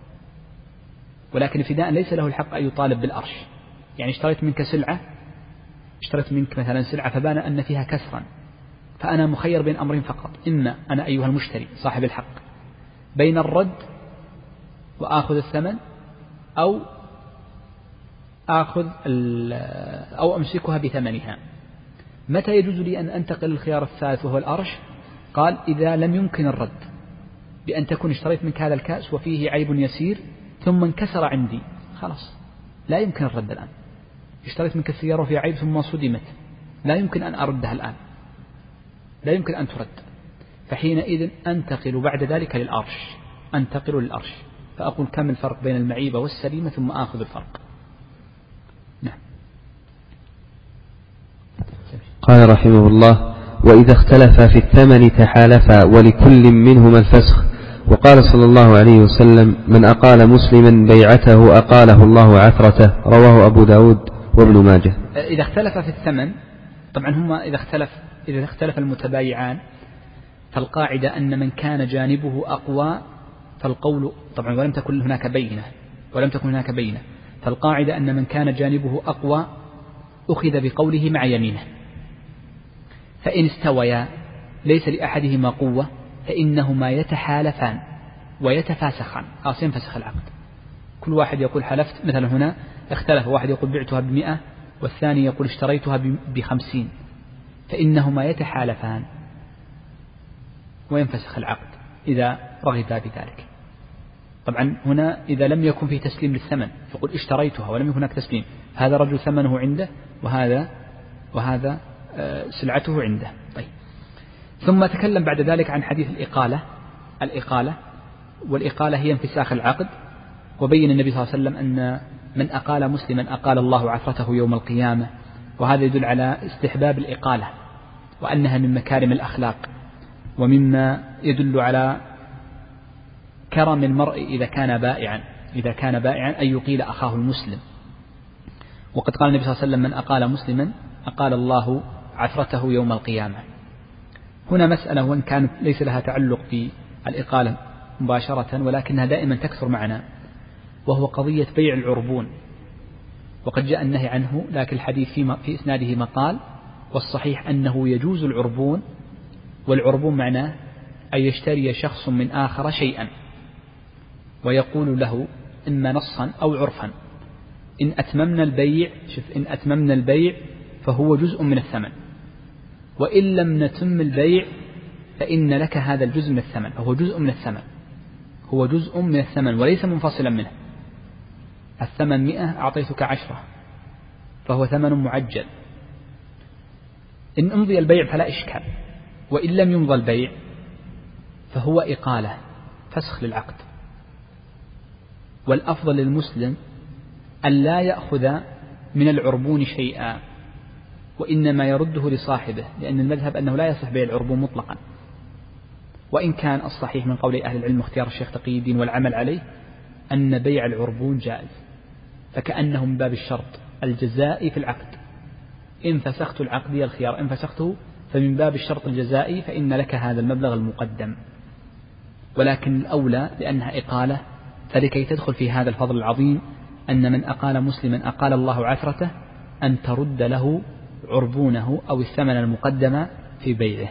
ولكن ابتداء ليس له الحق أن يطالب بالأرش. يعني اشتريت منك سلعة اشتريت منك مثلا سلعة فبان أن فيها كسرا، فأنا مخير بين أمرين فقط، إما أنا أيها المشتري صاحب الحق بين الرد وآخذ الثمن أو آخذ أو أمسكها بثمنها. متى يجوز لي أن أنتقل للخيار الثالث وهو الأرش؟ قال إذا لم يمكن الرد، بأن تكون اشتريت منك هذا الكأس وفيه عيب يسير ثم انكسر عندي، خلاص لا يمكن الرد الآن. اشتريت منك السيارة وفيها عيب ثم صدمت، لا يمكن أن أردها الآن، لا يمكن أن ترد، فحينئذ أنتقل بعد ذلك للأرش، أنتقل للأرش فأقول كم الفرق بين المعيبة والسليمة ثم آخذ الفرق. نعم. قال رحمه الله: وإذا اختلفا في الثمن تحالفا ولكل منهما الفسخ. وقال صلى الله عليه وسلم: من أقال مسلما بيعته أقاله الله عثرته. رواه أبو داود وابن ماجه. إذا اختلف في الثمن، طبعا هما إذا اختلف إذا اختلف المتبايعان فالقاعدة أن من كان جانبه أقوى فالقول، طبعا ولم تكن هناك بينة ولم تكن هناك بينة فالقاعدة أن من كان جانبه أقوى أخذ بقوله مع يمينه. فإن استويا ليس لأحدهما قوة فإنهما يتحالفان ويتفاسخان، خلاص ينفسخ العقد. كل واحد يقول حلفت، مثلا هنا اختلف، واحد يقول بعتها بمئة والثاني يقول اشتريتها بخمسين، فإنهما يتحالفان وينفسخ العقد إذا رغبا بذلك. طبعا هنا إذا لم يكن فيه تسليم للثمن فقل اشتريتها ولم يكن هناك تسليم، هذا رجل ثمنه عنده وهذا وهذا سلعته عنده. طيب. ثم تكلم بعد ذلك عن حديث الإقالة الإقالة والإقالة هي انفساخ العقد، وبين النبي صلى الله عليه وسلم أن من أقال مسلما أقال الله عثرته يوم القيامة، وهذا يدل على استحباب الإقالة وأنها من مكارم الأخلاق ومما يدل على كرم المرء إذا كان بائعا إذا كان بائعا أن يقيل أخاه المسلم. وقد قال النبي صلى الله عليه وسلم: من أقال مسلما أقال الله عثرته يوم القيامة. هنا مسألة وإن كانت ليس لها تعلق بالإقالة مباشرة ولكنها دائما تكثر معنا، وهو قضية بيع العربون. وقد جاء النهي عنه، لكن الحديث في إسناده مقال، والصحيح أنه يجوز العربون. والعربون معناه أن يشتري شخص من آخر شيئا ويقول له إما نصا أو عرفا: إن أتممنا البيع شوف إن أتممنا البيع فهو جزء من الثمن، وإن لم نتم البيع فإن لك هذا الجزء من الثمن. هو جزء من الثمن هو جزء من الثمن وليس منفصلا منه. الثمن مئة أعطيتك عشرة فهو ثمن معجل. إن أمضي البيع فلا إشكال، وإن لم يمضى البيع فهو إقالة، فسخ للعقد. والأفضل للمسلم أن لا يأخذ من العربون شيئا وإنما يرده لصاحبه، لأن المذهب أنه لا يصح بيع العربون مطلقا، وإن كان الصحيح من قول أهل العلم اختيار الشيخ تقي الدين والعمل عليه أن بيع العربون جائز، فكأنه من باب الشرط الجزائي في العقد. إن فسخت العقد الخيار، إن فسخته فمن باب الشرط الجزائي فإن لك هذا المبلغ المقدم. ولكن الأولى لأنها إقالة، فلكي تدخل في هذا الفضل العظيم أن من أقال مسلما أقال الله عثرته أن ترد له عربونه أو الثمن المقدم في بيعه.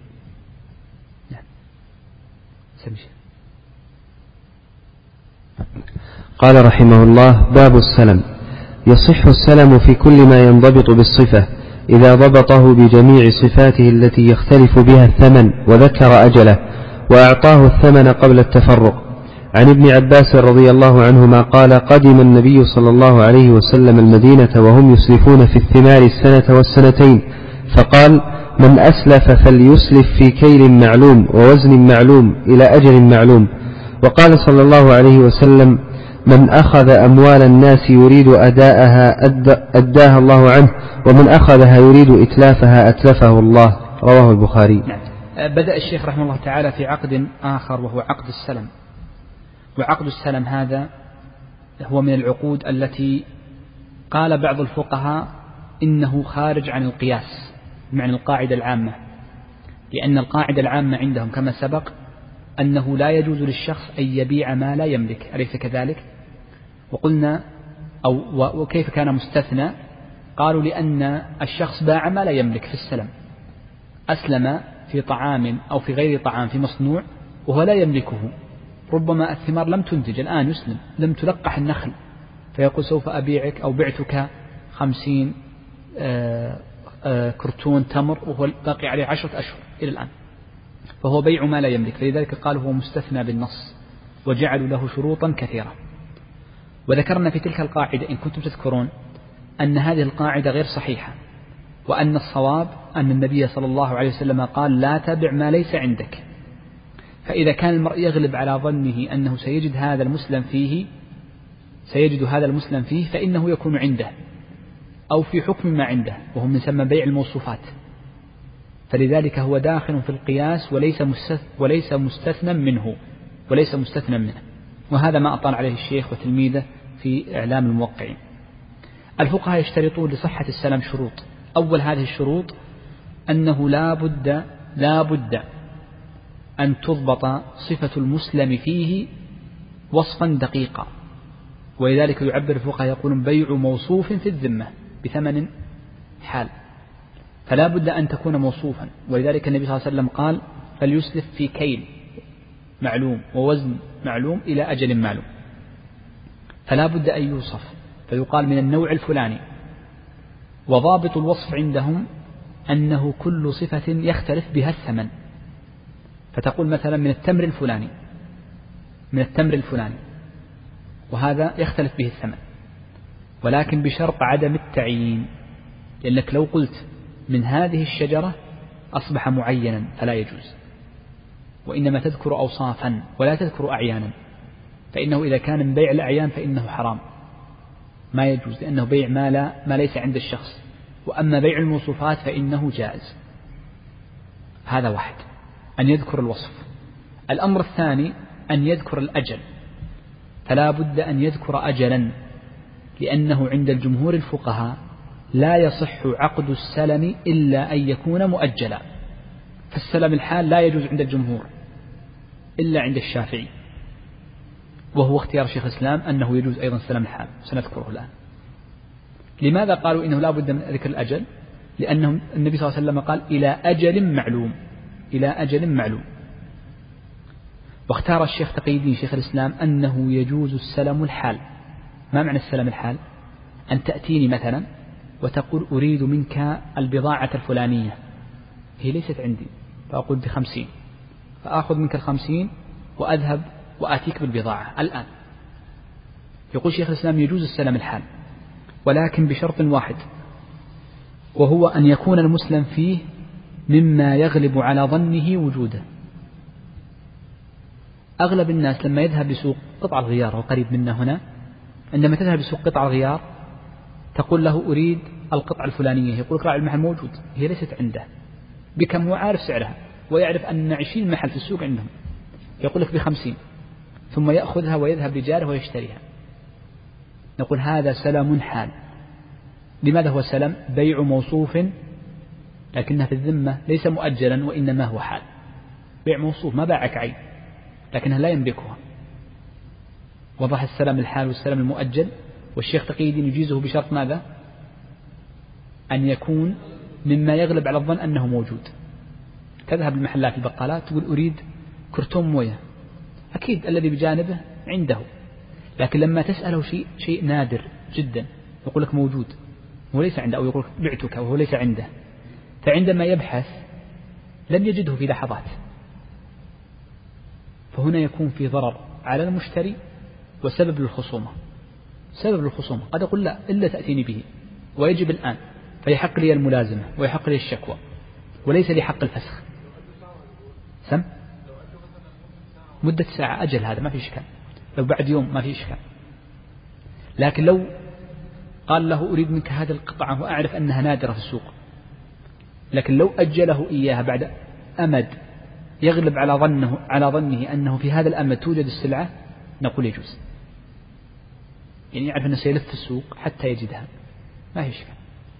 قال رحمه الله: باب السلم. يصح السلم في كل ما ينضبط بالصفة إذا ضبطه بجميع صفاته التي يختلف بها الثمن وذكر أجله وأعطاه الثمن قبل التفرق. عن ابن عباس رضي الله عنهما قال: قدم النبي صلى الله عليه وسلم المدينة وهم يسلفون في الثمار السنة والسنتين، فقال: من أسلف فليسلف في كيل معلوم ووزن معلوم إلى أجل معلوم. وقال صلى الله عليه وسلم: من أخذ أموال الناس يريد أداءها أداها الله عنه، ومن أخذها يريد إتلافها أتلفه الله. رواه البخاري. نعم. بدأ الشيخ رحمه الله تعالى في عقد آخر وهو عقد السلم. وعقد السلم هذا هو من العقود التي قال بعض الفقهاء إنه خارج عن القياس معنى القاعدة العامة، لأن القاعدة العامة عندهم كما سبق أنه لا يجوز للشخص أن يبيع ما لا يملك، أليس كذلك؟ وقلنا أو وكيف كان مستثنى؟ قالوا لأن الشخص باع ما لا يملك في السلم، أسلم في طعام أو في غير طعام في مصنوع وهو لا يملكه، ربما الثمار لم تنتج الآن يسلم، لم تلقح النخل، فيقول سوف أبيعك أو بعتك خمسين كرتون تمر وهو باقي عليه عشرة أشهر إلى الآن، فهو بيع ما لا يملك. فلذلك قالوا هو مستثنى بالنص، وجعلوا له شروطا كثيرة. وذكرنا في تلك القاعدة إن كنتم تذكرون أن هذه القاعدة غير صحيحة، وأن الصواب أن النبي صلى الله عليه وسلم قال لا تبع ما ليس عندك. فإذا كان المرء يغلب على ظنه أنه سيجد هذا المسلم فيه سيجد هذا المسلم فيه فإنه يكون عنده أو في حكم ما عنده، وهو من يسمى بيع الموصوفات. فلذلك هو داخل في القياس وليس وليس مستثنى منه وليس مستثنى منه. وهذا ما أطال عليه الشيخ وتلميذه في إعلام الموقعين. الفقهاء يشترطون لصحة السلام شروط. أول هذه الشروط أنه لا بد لا بد أن تضبط صفة المسلم فيه وصفا دقيقا، ولذلك يعبر الفقهاء يقولون بيع موصوف في الذمة بثمن حال، فلا بد أن تكون موصوفا. ولذلك النبي صلى الله عليه وسلم قال فليسلف في كيل معلوم ووزن معلوم إلى أجل معلوم، فلا بد أن يوصف، فيقال من النوع الفلاني. وضابط الوصف عندهم أنه كل صفة يختلف بها الثمن، فتقول مثلا من التمر الفلاني من التمر الفلاني وهذا يختلف به الثمن، ولكن بشرط عدم التعيين، لأنك لو قلت من هذه الشجرة أصبح معينا فلا يجوز، وإنما تذكر أوصافا ولا تذكر أعيانا، فإنه إذا كان من بيع الأعيان فإنه حرام ما يجوز، لأنه بيع ما, لا ما ليس عند الشخص. وأما بيع الموصوفات فإنه جائز. هذا واحد، أن يذكر الوصف. الأمر الثاني أن يذكر الأجل، فلا بد أن يذكر أجلا، لأنه عند الجمهور الفقهاء لا يصح عقد السلم إلا أن يكون مؤجلا. فالسلم الحال لا يجوز عند الجمهور إلا عند الشافعي، وهو اختيار شيخ الإسلام أنه يجوز أيضا السلم الحال، سنذكره الآن. لماذا قالوا إنه لا بد من ذكر الأجل؟ لأنه النبي صلى الله عليه وسلم قال إلى أجل معلوم إلى أجل معلوم. واختار الشيخ تقي الدين شيخ الإسلام أنه يجوز السلم الحال. ما معنى السلم الحال؟ أن تأتيني مثلا وتقول أريد منك البضاعة الفلانية، هي ليست عندي، فأقول بخمسين، فأخذ منك الخمسين وأذهب وآتيك بالبضاعة الآن. يقول شيخ الإسلام يجوز السلم الحال، ولكن بشرط واحد، وهو أن يكون المسلم فيه مما يغلب على ظنه وجوده. أغلب الناس لما يذهب لسوق قطع الغيار وقريب منا هنا، عندما تذهب لسوق قطع الغيار تقول له أريد القطعة الفلانية، يقول لك راعي المحل موجود، هي ليست عنده، بكم هو عارف سعرها ويعرف أن عشرين محل في السوق عندهم، يقول لك بخمسين، ثم يأخذها ويذهب لجاره ويشتريها. نقول هذا سلم حال. لماذا هو سلم؟ بيع موصوف لكنها في الذمة ليس مؤجلا، وإنما هو حال، بيع موصوف ما باعك عين لكنها لا يملكها. وضح السلم الحال والسلم المؤجل. والشيخ تقي الدين يجيزه بشرط ماذا؟ أن يكون مما يغلب على الظن أنه موجود. تذهب المحلات البقالات تقول أريد كرتون موية، أكيد الذي بجانبه عنده، لكن لما تسأله شيء شيء نادر جدا يقول لك موجود وهو ليس عنده، أو يقول لك بعتك وهو ليس عنده، فعندما يبحث لن يجده في لحظات، فهنا يكون في ضرر على المشتري وسبب للخصومة. سبب للخصومة قد أقول لا إلا تأتيني به ويجب الآن، فيحق لي الملازمة ويحق لي الشكوى وليس لي حق الفسخ. سم مدة ساعة أجل، هذا ما في إشكال، لو بعد يوم ما في إشكال. لكن لو قال له أريد منك هذه القطعة وأعرف أنها نادرة في السوق، لكن لو أجله إياها بعد أمد يغلب على ظنه على ظنه أنه في هذا الأمد توجد السلعة، نقول يجوز، يعني يعرف أنه سيلف في السوق حتى يجدها، ما في إشكال.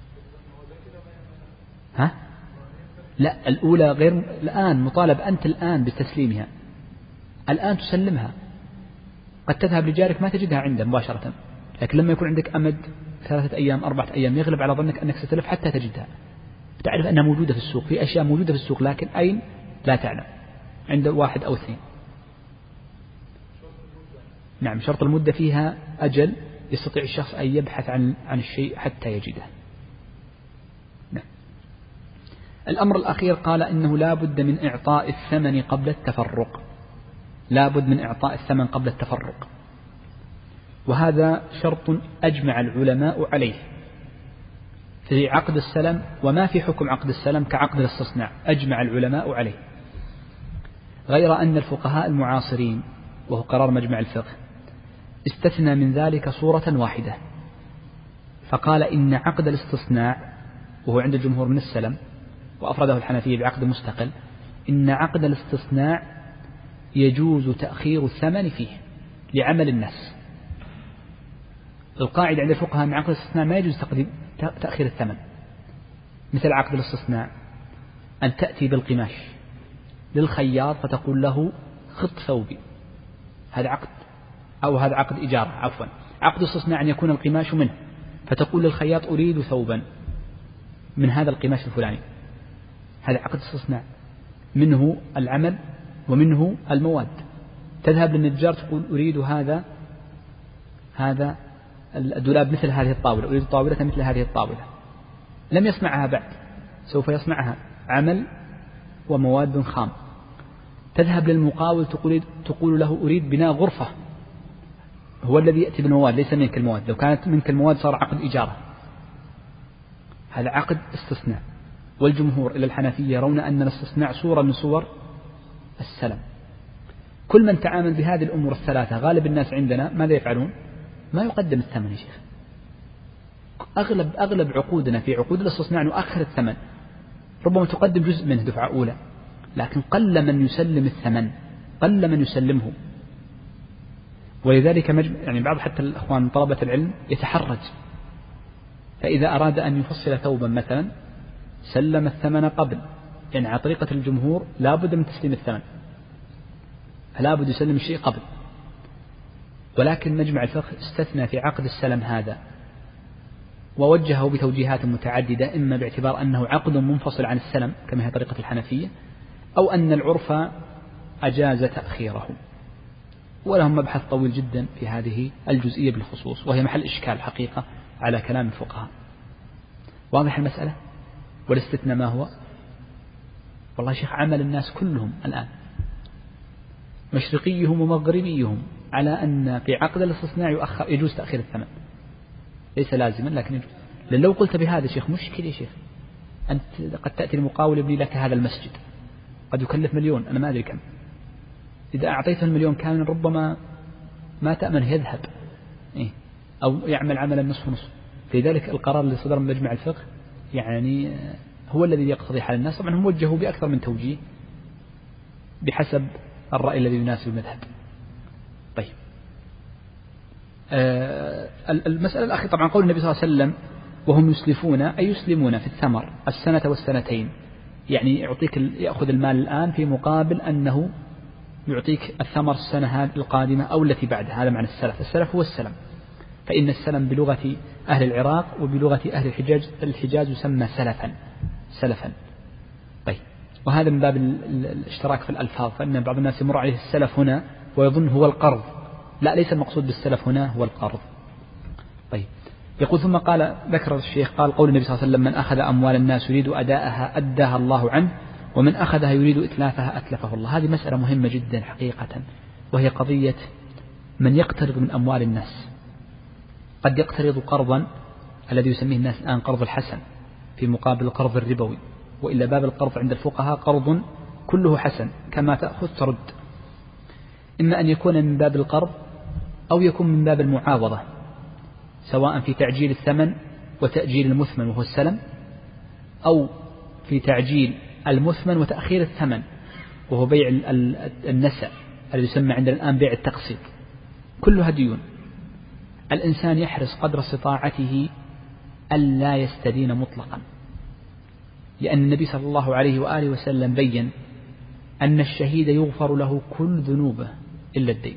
ها؟ لا، الأولى غير، الآن مطالب أنت الآن بتسليمها، الآن تسلمها. قد تذهب لجارك ما تجدها عنده مباشرة، لكن لما يكون عندك أمد ثلاثة أيام أربعة أيام يغلب على ظنك أنك ستلف حتى تجدها، تعرف أنها موجودة في السوق، في أشياء موجودة في السوق لكن أين لا تعلم، عند واحد أو اثنين. نعم شرط المدة فيها أجل يستطيع الشخص أن يبحث عن عن الشيء حتى يجده. نعم. الأمر الأخير قال إنه لا بد من إعطاء الثمن قبل التفرق، لا بد من إعطاء الثمن قبل التفرق، وهذا شرط أجمع العلماء عليه في عقد السلم، وما في حكم عقد السلم كعقد الاستصناع أجمع العلماء عليه، غير أن الفقهاء المعاصرين وهو قرار مجمع الفقه استثنى من ذلك صورة واحدة، فقال إن عقد الاستصناع وهو عند الجمهور من السلم وأفرده الحنفية بعقد مستقل، إن عقد الاستصناع يجوز تأخير الثمن فيه لعمل الناس. القاعدة عند الفقهاء أن عقد الاستصناع ما يجوز تقديم تأخير الثمن، مثل عقد الاستصناع أن تأتي بالقماش للخياط فتقول له خط ثوبي، هذا عقد، أو هذا عقد إجارة عفوا. عقد الاستصناع أن يكون القماش منه فتقول للخياط أريد ثوبا من هذا القماش الفلاني، هذا عقد استصناع منه العمل ومنه المواد. تذهب للنجار تقول أريد هذا هذا الدولاب مثل هذه الطاولة، أريد طاولة مثل هذه الطاولة، لم يصنعها بعد، سوف يصنعها، عمل ومواد خام. تذهب للمقاول تقول, تقول له أريد بناء غرفة، هو الذي يأتي بالمواد ليس منك المواد، لو كانت منك المواد صار عقد إجارة، هذا عقد استصناع. والجمهور إلى الحنفية يرون أن الاستصناع صورة من صور السلم. كل من تعامل بهذه الأمور الثلاثة غالب الناس عندنا ماذا يفعلون؟ ما يقدم الثمن يا شيخ. أغلب أغلب عقودنا في عقود الاستصناع نؤخر الثمن، ربما تقدم جزء منه دفعة أولى، لكن قل من يسلم الثمن، قل من يسلمه. ولذلك يعني بعض حتى الأخوان من طلبة العلم يتحرج، فإذا أراد أن يفصل ثوبا مثلا سلم الثمن قبل، يعني على طريقة الجمهور لا بد من تسليم الثمن، فلا بد يسلم الشيء قبل. ولكن مجمع الفقه استثنى في عقد السلم هذا ووجهه بتوجيهات متعددة، إما باعتبار أنه عقد منفصل عن السلم كما هي طريقة الحنفية، أو أن العرف أجاز تأخيره. ولهم مبحث طويل جدا في هذه الجزئية بالخصوص، وهي محل إشكال حقيقة على كلام الفقهاء. واضح المسألة؟ والاستثناء ما هو؟ والله شيخ عمل الناس كلهم الآن مشرقيهم ومغربيهم على أن في عقد الاستصناع يؤخر يجوز تأخير الثمن، ليس لازما لكن يجوز. لأن لو قلت بهذا شيخ مشكلة يا شيخ، أنت قد تأتي المقاول يبني لك هذا المسجد قد يكلف مليون، أنا ما أدري كم، إذا أعطيته المليون كاملا ربما ما تأمنه يذهب إيه؟ أو يعمل عملا نصف نصف. لذلك القرار اللي صدر من مجمع الفقه يعني هو الذي يقتضي حال الناس، طبعا هم وجهوا بأكثر من توجيه بحسب الرأي الذي يناسب المذهب. طيب آه المسألة الأخيرة طبعا قول النبي صلى الله عليه وسلم وهم يسلفون أي يسلمون في الثمر السنة والسنتين، يعني يعطيك يأخذ المال الآن في مقابل أنه يعطيك الثمر السنة القادمة أو التي بعدها، هذا معنى السلف. السلف هو السلم، فإن السلم بلغة أهل العراق وبلغة أهل الحجاز الحجاز يسمى سلفا سلفا. طيب وهذا من باب الاشتراك في الألفاظ، فإن بعض الناس يمر عليه السلف هنا ويظن هو القرض، لا ليس المقصود بالسلف هنا هو القرض. طيب يقول ثم قال ذكر الشيخ قال قول النبي صلى الله عليه وسلم من أخذ أموال الناس يريد أداءها أداها الله عنه ومن أخذها يريد إتلافها أتلفه الله. هذه مسألة مهمة جدا حقيقة، وهي قضية من يقترض من أموال الناس. قد يقترض قرضا الذي يسميه الناس الآن قرض الحسن في مقابل القرض الربوي، وإلا باب القرض عند الفقهاء قرض كله حسن كما تأخذ ترد، إما أن يكون من باب القرض أو يكون من باب المعاوضة، سواء في تعجيل الثمن وتأجيل المثمن وهو السلم، أو في تعجيل المثمن وتأخير الثمن وهو بيع النسأ الذي يسمى عندنا الآن بيع التقسيط. كلها ديون. الإنسان يحرص قدر استطاعته ألا يستدين مطلقا، لأن النبي صلى الله عليه وآله وسلم بين أن الشهيد يغفر له كل ذنوبه إلا الدين.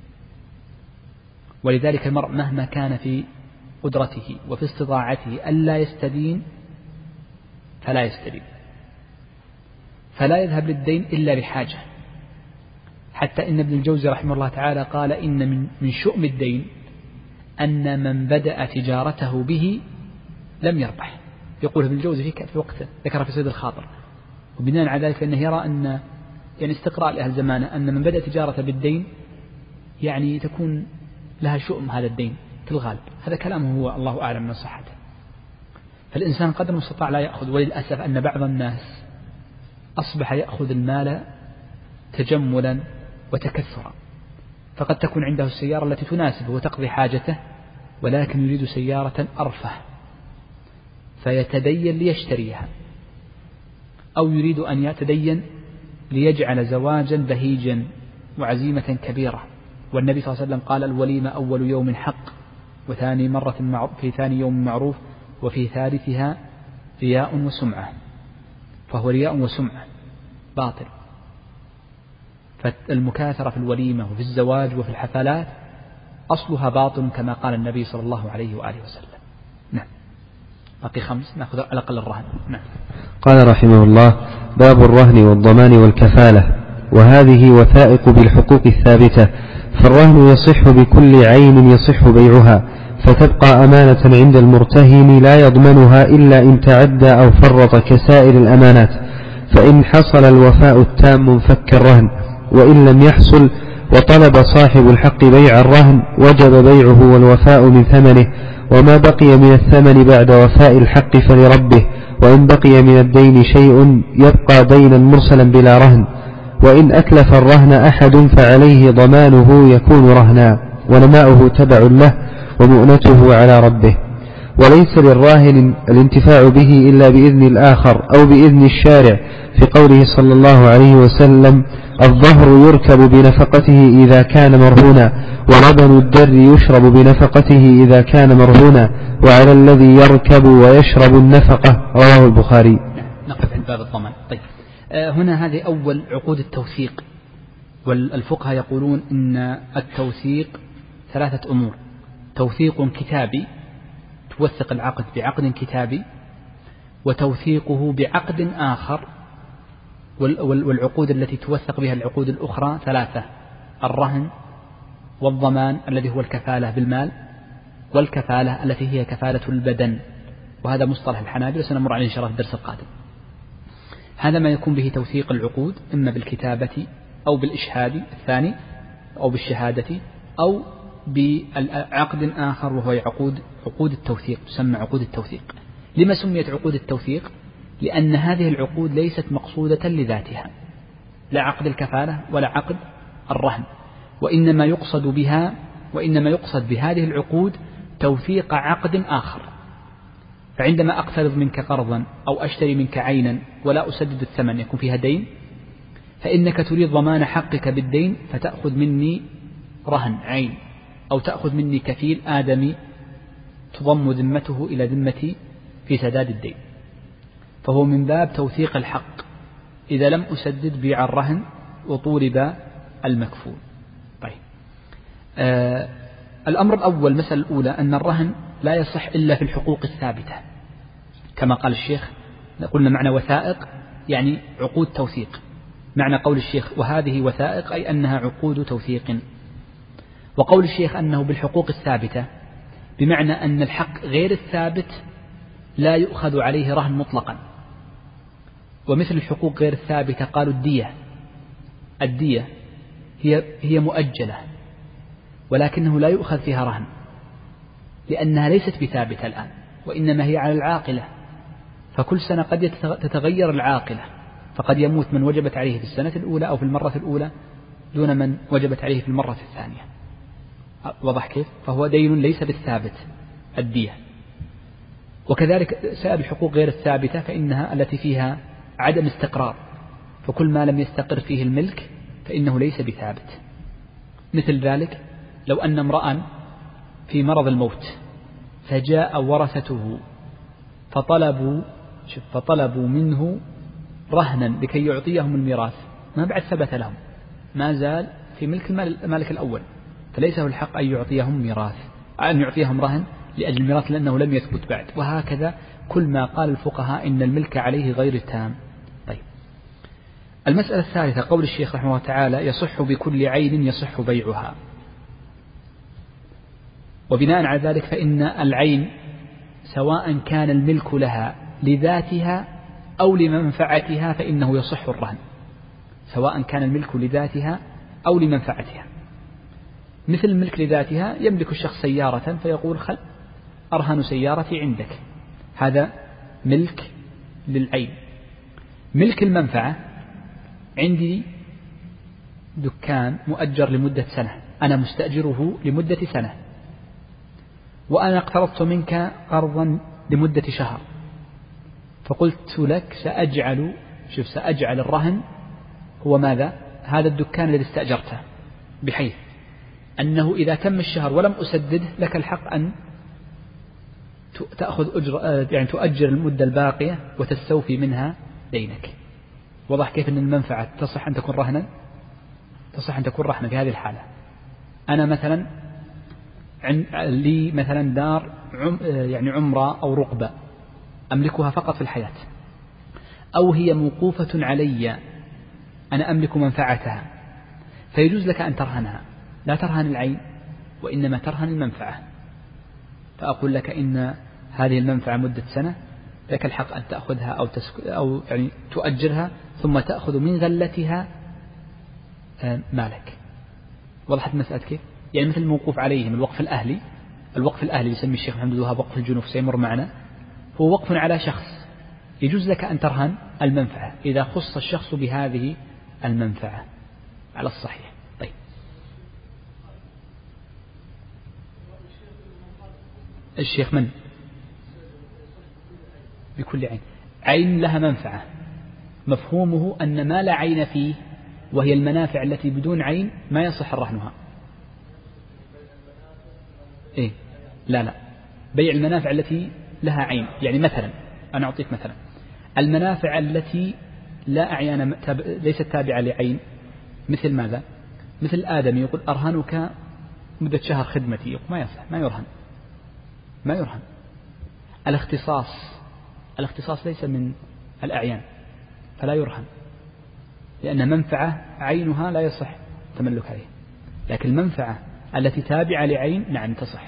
ولذلك المرء مهما كان في قدرته وفي استطاعته ألا يستدين فلا يستدين، فلا يذهب للدين إلا بحاجة، حتى إن ابن الجوزي رحمه الله تعالى قال إن من من شؤم الدين أن من بدأ تجارته به لم يربح. يقول ابن الجوزي في وقت ذكر في سيد الخاطر، وبناء على ذلك فإنه يرى أن يعني استقراء لأهل زمانه أن من بدأ تجارته بالدين يعني تكون لها شؤم هذا الدين في الغالب. هذا كلامه هو الله أعلم من صحته. فالإنسان قدر المستطاع لا يأخذ، وللأسف أن بعض الناس أصبح يأخذ المال تجملا وتكثرا، فقد تكون عنده السيارة التي تناسبه وتقضي حاجته، ولكن يريد سيارة أرفه فيتدين ليشتريها، أو يريد أن يتدين ليجعل زواجا بهيجا وعزيمة كبيرة. والنبي صلى الله عليه وسلم قال الوليمة أول يوم حق، وثاني مرة في ثاني يوم معروف، وفي ثالثها رياء وسمعة، فهو رياء وسمعة باطل. فالمكاثرة في الوليمة وفي الزواج وفي الحفلات أصلها باطل كما قال النبي صلى الله عليه وآله وسلم. نعم. باقي خمس، نأخذ على الأقل الرهن. نعم. قال رحمه الله: باب الرهن والضمان والكفالة، وهذه وثائق بالحقوق الثابتة، فالرهن يصح بكل عين يصح بيعها، فتبقى أمانة عند المرتهن لا يضمنها إلا إن تعدى أو فرط كسائر الأمانات، فإن حصل الوفاء التام انفك الرهن، وإن لم يحصل وطلب صاحب الحق بيع الرهن وجب بيعه والوفاء من ثمنه، وما بقي من الثمن بعد وفاء الحق فلربه، وإن بقي من الدين شيء يبقى دينا مرسلا بلا رهن، وإن أتلف الرهن أحد فعليه ضمانه يكون رهنا، ونماؤه تبع له ومؤنته على ربه، وليس للراهن الانتفاع به إلا بإذن الآخر أو بإذن الشارع، في قوله صلى الله عليه وسلم: الظهر يركب بنفقته إذا كان مرهونا، ولبن الدر يشرب بنفقته إذا كان مرهونا، وعلى الذي يركب ويشرب النفقة. رواه البخاري. نقف عند باب الضمان. طيب، آه هنا هذه أول عقود التوثيق، والفقهاء يقولون إن التوثيق ثلاثة أمور: توثيق كتابي توثق العقد بعقد كتابي، وتوثيقه بعقد آخر، والعقود التي توثق بها العقود الأخرى ثلاثة: الرهن، والضمان الذي هو الكفالة بالمال، والكفالة التي هي كفالة البدن، وهذا مصطلح الحنابلة سنمر عليه إن شاء الله في الدرس القادم. هذا ما يكون به توثيق العقود، إما بالكتابة أو بالإشهاد الثاني أو بالشهادة أو بعقد آخر، وهو عقود عقود التوثيق، تسمى عقود التوثيق. لما سميت عقود التوثيق؟ لأن هذه العقود ليست مقصودة لذاتها، لا عقد الكفالة ولا عقد الرهن، وإنما يقصد بها وإنما يقصد بهذه العقود توثيق عقد آخر. فعندما أقترض منك قرضا أو أشتري منك عينا ولا أسدد الثمن، يكون فيها دين، فإنك تريد ضمان حقك بالدين، فتأخذ مني رهن عين، أو تأخذ مني كفيل آدمي تضم ذمته إلى ذمتي في سداد الدين، فهو من باب توثيق الحق. إذا لم أسدد بيع الرهن وطولب المكفول. طيب، آه الأمر الأول، المسألة الأولى، أن الرهن لا يصح إلا في الحقوق الثابتة، كما قال الشيخ. قلنا معنى وثائق يعني عقود توثيق، معنى قول الشيخ وهذه وثائق أي أنها عقود توثيق. وقول الشيخ أنه بالحقوق الثابتة بمعنى أن الحق غير الثابت لا يؤخذ عليه رهن مطلقا. ومثل الحقوق غير الثابتة قالوا الدية، الدية هي هي مؤجلة، ولكنه لا يؤخذ فيها رهن لأنها ليست بثابتة الآن، وإنما هي على العاقلة، فكل سنة قد تتغير العاقلة، فقد يموت من وجبت عليه في السنة الأولى أو في المرة الأولى دون من وجبت عليه في المرة الثانية. وضح كيف؟ فهو دين ليس بالثابت الدية. وكذلك سائر الحقوق غير الثابتة فإنها التي فيها عدم استقرار، فكل ما لم يستقر فيه الملك فإنه ليس بثابت. مثل ذلك لو أن امرأ في مرض الموت فجاء ورثته فطلبوا فطلبوا منه رهنا لكي يعطيهم الميراث، ما بعد ثبت لهم، ما زال في ملك المالك الأول، فليس له الحق أن يعطيهم ميراث، أن يعطيهم رهن لأجل الميراث لأنه لم يثبت بعد. وهكذا كل ما قال الفقهاء إن الملك عليه غير تام. طيب، المسألة الثالثة قول الشيخ رحمه الله تعالى يصح بكل عين يصح بيعها. وبناء على ذلك فإن العين سواء كان الملك لها لذاتها أو لمنفعتها فإنه يصح الرهن، سواء كان الملك لذاتها أو لمنفعتها. مثل الملك لذاتها يملك الشخص سيارة فيقول خل أرهن سيارتي عندك، هذا ملك للعين. ملك المنفعة عندي دكان مؤجر لمدة سنة، أنا مستأجره لمدة سنة، وأنا اقترضت منك قرضا لمدة شهر، فقلت لك سأجعل شوف سأجعل الرهن هو ماذا؟ هذا الدكان الذي استأجرته، بحيث أنه إذا تم الشهر ولم أسدده لك الحق أن تأخذ أجر يعني تؤجر المدة الباقية وتستوفي منها دينك. وضح كيف أن المنفعة تصح أن تكون رهنا، تصح أن تكون رهنا في هذه الحالة. أنا مثلا لي مثلا دار عم يعني عمرة أو رقبة أملكها فقط في الحياة، أو هي موقوفة علي أنا أملك منفعتها، فيجوز لك أن ترهنها، لا ترهن العين وإنما ترهن المنفعة. فأقول لك إن هذه المنفعة مدة سنة، لك الحق أن تأخذها أو, تسك أو يعني تؤجرها ثم تأخذ من غلتها مالك. وضحت مسألة كيف؟ يعني مثل الموقوف عليهم الوقف الأهلي، الوقف الأهلي يسمي الشيخ محمد الوهاب وقف الجنوف سيمر معنا، هو وقف على شخص، يجوز لك أن ترهن المنفعة إذا خص الشخص بهذه المنفعة على الصحيح. طيب الشيخ من؟ بكل عين، عين لها منفعة، مفهومه أن ما لا عين فيه وهي المنافع التي بدون عين ما يصح رهنها. إيه؟ لا لا، بيع المنافع التي لها عين. يعني مثلا أنا أعطيك مثلا المنافع التي لا أعيان ليست تابعة لعين، مثل ماذا؟ مثل آدم يقول أرهنك مدة شهر خدمتي، يقول ما يصح، ما يرهن، ما يرهن. الاختصاص، الاختصاص ليس من الأعيان فلا يرهن، لأن منفعة عينها لا يصح تملك عليه، لكن المنفعة التي تابعة لعين نعم تصح.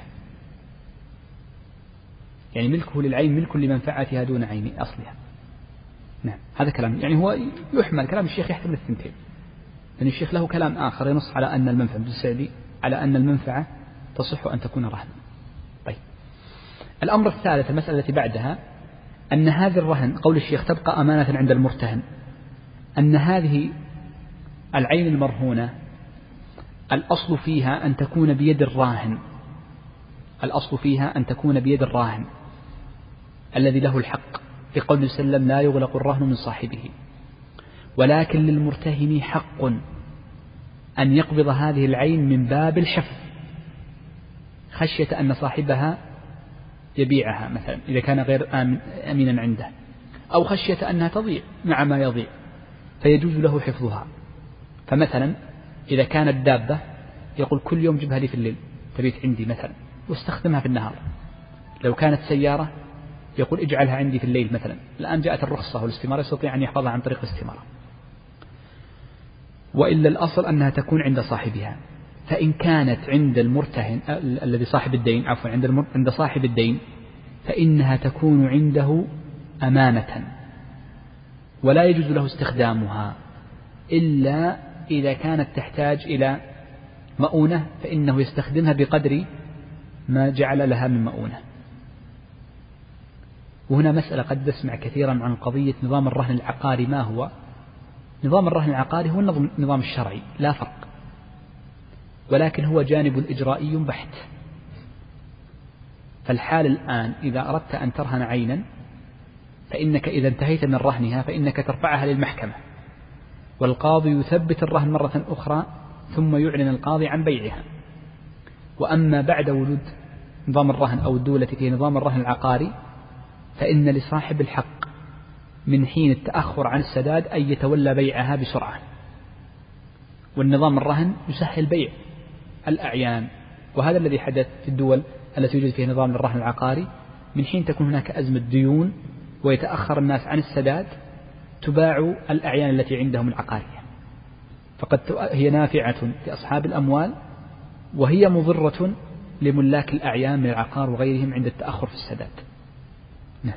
يعني ملكه للعين ملك لمنفعتها دون عين أصلها. نعم هذا كلام يعني هو يحمل كلام الشيخ يحتمل الثنتين، لأن الشيخ له كلام آخر ينص على أن المنفعة بالسعدي على أن المنفعة تصح أن تكون رهنا. طيب الأمر الثالث المسألة التي بعدها أن هذه الرهن قول الشيخ تبقى أمانة عند المرتهن، أن هذه العين المرهونة الأصل فيها أن تكون بيد الراهن، الأصل فيها أن تكون بيد الراهن الذي له الحق، في قول صلى الله عليه وسلم لا يغلق الرهن من صاحبه، ولكن للمرتهن حق أن يقبض هذه العين من باب الحفظ خشية أن صاحبها يبيعها مثلا إذا كان غير آمن أمينا عنده، أو خشية أنها تضيع مع ما يضيع فيجوز له حفظها. فمثلا إذا كانت دابة يقول كل يوم جبها لي في الليل تبيت عندي مثلا واستخدمها في النهار. لو كانت سيارة يقول اجعلها عندي في الليل مثلا، الآن جاءت الرخصة والاستمارة يستطيع أن يحفظها عن طريق الاستمارة. وإلا الأصل أنها تكون عند صاحبها. فإن كانت عند المرتهن الذي صاحب الدين عفوا عند عند صاحب الدين فإنها تكون عنده أمانة ولا يجوز له استخدامها إلا إذا كانت تحتاج إلى مؤونة، فإنه يستخدمها بقدر ما جعل لها من مؤونة. وهنا مسألة قد نسمع كثيرا عن قضية نظام الرهن العقاري. ما هو نظام الرهن العقاري؟ هو النظام الشرعي لا فرق، ولكن هو جانب إجرائي بحت. فالحال الآن إذا أردت أن ترهن عينا فإنك إذا انتهيت من رهنها فإنك ترفعها للمحكمة، والقاضي يثبت الرهن مرة أخرى ثم يعلن القاضي عن بيعها. وأما بعد وجود نظام الرهن أو الدولة في نظام الرهن العقاري فإن لصاحب الحق من حين التأخر عن السداد أن يتولى بيعها بسرعة. والنظام الرهن يسهل بيع الأعيان، وهذا الذي حدث في الدول التي يوجد فيها نظام الرهن العقاري. من حين تكون هناك أزمة ديون ويتأخر الناس عن السداد تباع الأعيان التي عندهم العقارية، فقد هي نافعة لأصحاب الأموال وهي مضرة لملاك الأعيان من العقار وغيرهم عند التأخر في السداد. نعم.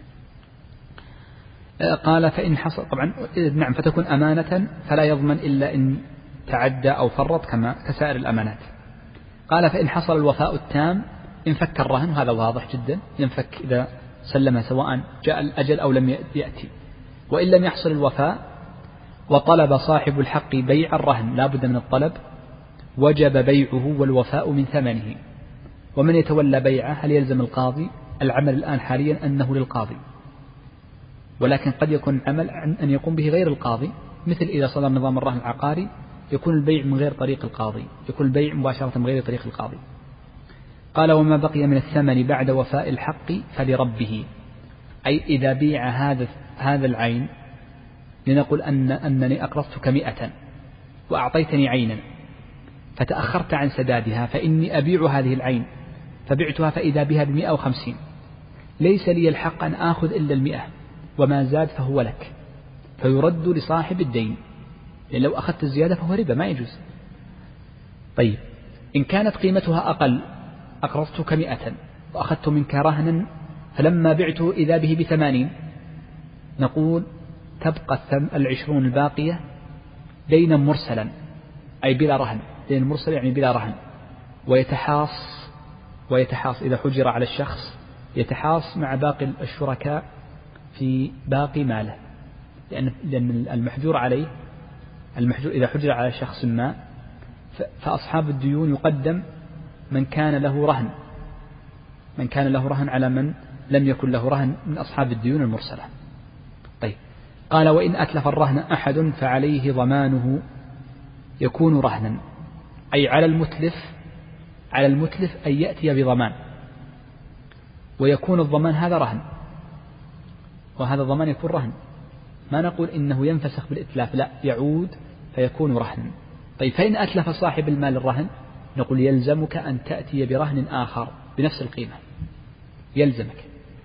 قال فإن حصل طبعا نعم فتكون أمانة فلا يضمن إلا إن تعدى أو فرط كما كسائر الأمانات. قال فإن حصل الوفاء التام انفك الرهن، وهذا واضح جدا، ينفك إذا سلم سواء جاء الأجل أو لم يأتي. وإن لم يحصل الوفاء وطلب صاحب الحق بيع الرهن، لا بد من الطلب، وجب بيعه والوفاء من ثمنه. ومن يتولى بيعه هل يلزم القاضي؟ العمل الآن حاليا أنه للقاضي، ولكن قد يكون عمل أن يقوم به غير القاضي، مثل إذا صدر نظام الرهن العقاري يكون البيع من غير طريق القاضي، يكون البيع مباشرة من غير طريق القاضي. قال وما بقي من الثمن بعد وفاء الحق فلربه، أي إذا بيع هذا هذا العين، لنقل أن أنني أقرضتك مئة وأعطيتني عينا فتأخرت عن سدادها، فإني أبيع هذه العين فبعتها فإذا بها بمئة وخمسين، ليس لي الحق أن آخذ إلا المئة، وما زاد فهو لك، فيرد لصاحب الدين، لأن لو أخذت الزيادة فهو ربا ما يجوز. طيب إن كانت قيمتها أقل، أقرضتك مئة وأخذت منك رهنا فلما بعته إذا به بثمانين، نقول تبقى العشرون الباقية دينا مرسلا، أي بلا رهن، دين مرسل يعني بلا رهن، ويتحاص ويتحاص إذا حجر على الشخص يتحاص مع باقي الشركاء في باقي ماله، لأن لأن المحجور عليه المحجور إذا حجر على شخص ما فأصحاب الديون يقدم من كان له رهن من كان له رهن على من لم يكن له رهن من أصحاب الديون المرسلة. طيب قال وإن أتلف الرهن أحد فعليه ضمانه يكون رهنا، أي على المتلف على المتلف أن يأتي بضمان، ويكون الضمان هذا رهن، وهذا الضمان يكون رهن، ما نقول إنه ينفسخ بالإتلاف، لا، يعود فيكون رهنا. طيب فإن أتلف صاحب المال الرهن، نقول يلزمك أن تأتي برهن آخر بنفس القيمة، يلزمك.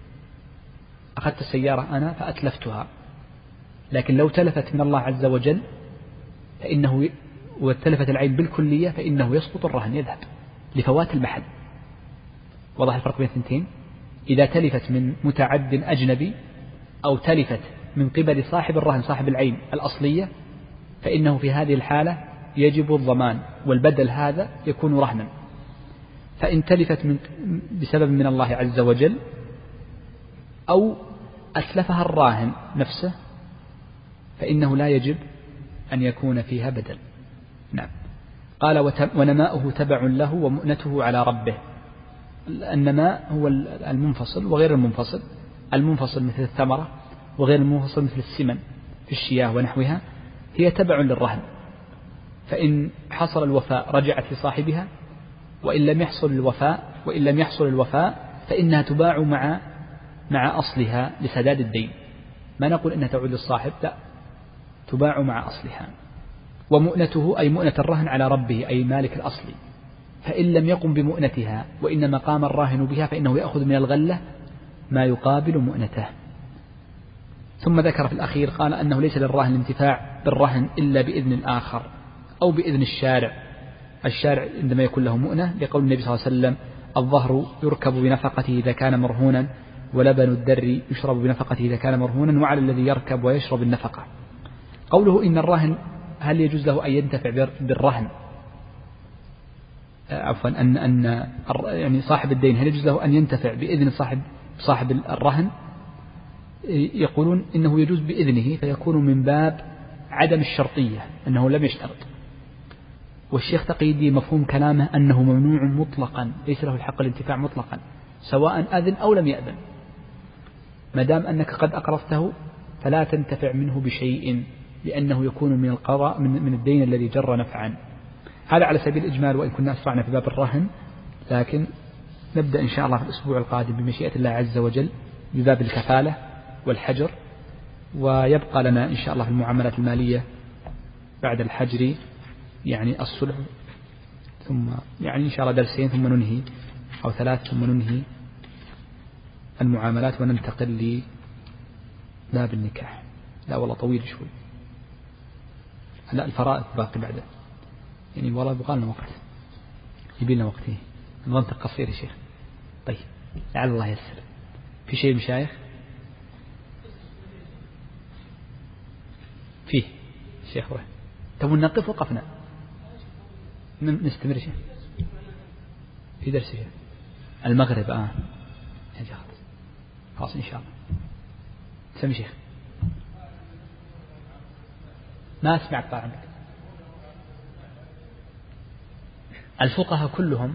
أخذت السيارة أنا فأتلفتها، لكن لو تلفت من الله عز وجل فإنه وتلفت العين بالكلية فإنه يسقط الرهن، يذهب لفوات المحل. وضح الفرق بين الثنتين؟ إذا تلفت من متعد أجنبي أو تلفت من قبل صاحب الرهن صاحب العين الأصلية، فإنه في هذه الحالة يجب الضمان، والبدل هذا يكون رهنا. فإن تلفت من بسبب من الله عز وجل أو أتلفها الراهن نفسه فإنه لا يجب أن يكون فيها بدل. نعم. قال ونماؤه تبع له ومؤنته على ربه. النماء هو المنفصل وغير المنفصل، المنفصل مثل الثمرة وغير المنفصل مثل السمن في الشياه ونحوها، هي تبع للرهن، فإن حصل الوفاء رجعت لصاحبها، وإن لم يحصل الوفاء وإن لم يحصل الوفاء فإنها تباع مع مع أصلها لسداد الدين، ما نقول إنها تعود للصاحب، لا، تباع مع أصلها. ومؤنته أي مؤنة الرهن على ربه أي مالك الأصلي، فإن لم يقم بمؤنتها وإنما قام الراهن بها فإنه يأخذ من الغلة ما يقابل مؤنته. ثم ذكر في الأخير قال أنه ليس للراهن الانتفاع بالرهن إلا بإذن الآخر أو بإذن الشارع. الشارع عندما يكون له مؤنة، لقول النبي صلى الله عليه وسلم الظهر يركب بنفقته إذا كان مرهونا، ولبن الدر يشرب بنفقته إذا كان مرهونا، وعلى الذي يركب ويشرب النفقة. قوله إن الراهن هل يجوز له أن ينتفع بالرهن، عفوا أن أن يعني صاحب الدين هل يجوز له أن ينتفع بإذن صاحب صاحب الرهن؟ يقولون إنه يجوز بإذنه، فيكون من باب عدم الشرطية أنه لم يشترط. والشيخ تقي الدين مفهوم كلامه أنه ممنوع مطلقا، ليس له الحق الانتفاع مطلقا سواء أذن أو لم يأذن، ما دام أنك قد أقرضته فلا تنتفع منه بشيء، لأنه يكون من القضاء من, من الدين الذي جر نفعا. هذا على سبيل الإجمال، وإن كنا أسرعنا في باب الرهن، لكن نبدأ إن شاء الله في الأسبوع القادم بمشيئة الله عز وجل بباب الكفالة والحجر، ويبقى لنا إن شاء الله في المعاملات المالية بعد الحجر يعني الصلح، ثم يعني إن شاء الله درسين ثم ننهي أو ثلاث ثم ننهي المعاملات وننتقل لباب النكاح. لا والله طويل شوي. لا الفرائض باقي بعده يعني والله يبغى لنا وقت يبي لنا وقت المنطق قصير يا شيخ. طيب لعل الله يسر. في شيء مشايخ فيه شيخ وين تبون نقف وقفنا نستمر شيخ في درس شيخ المغرب آه خلاص إن شاء الله. سمي شيخ ما أسمعك طال عمرك. الفقهاء كلهم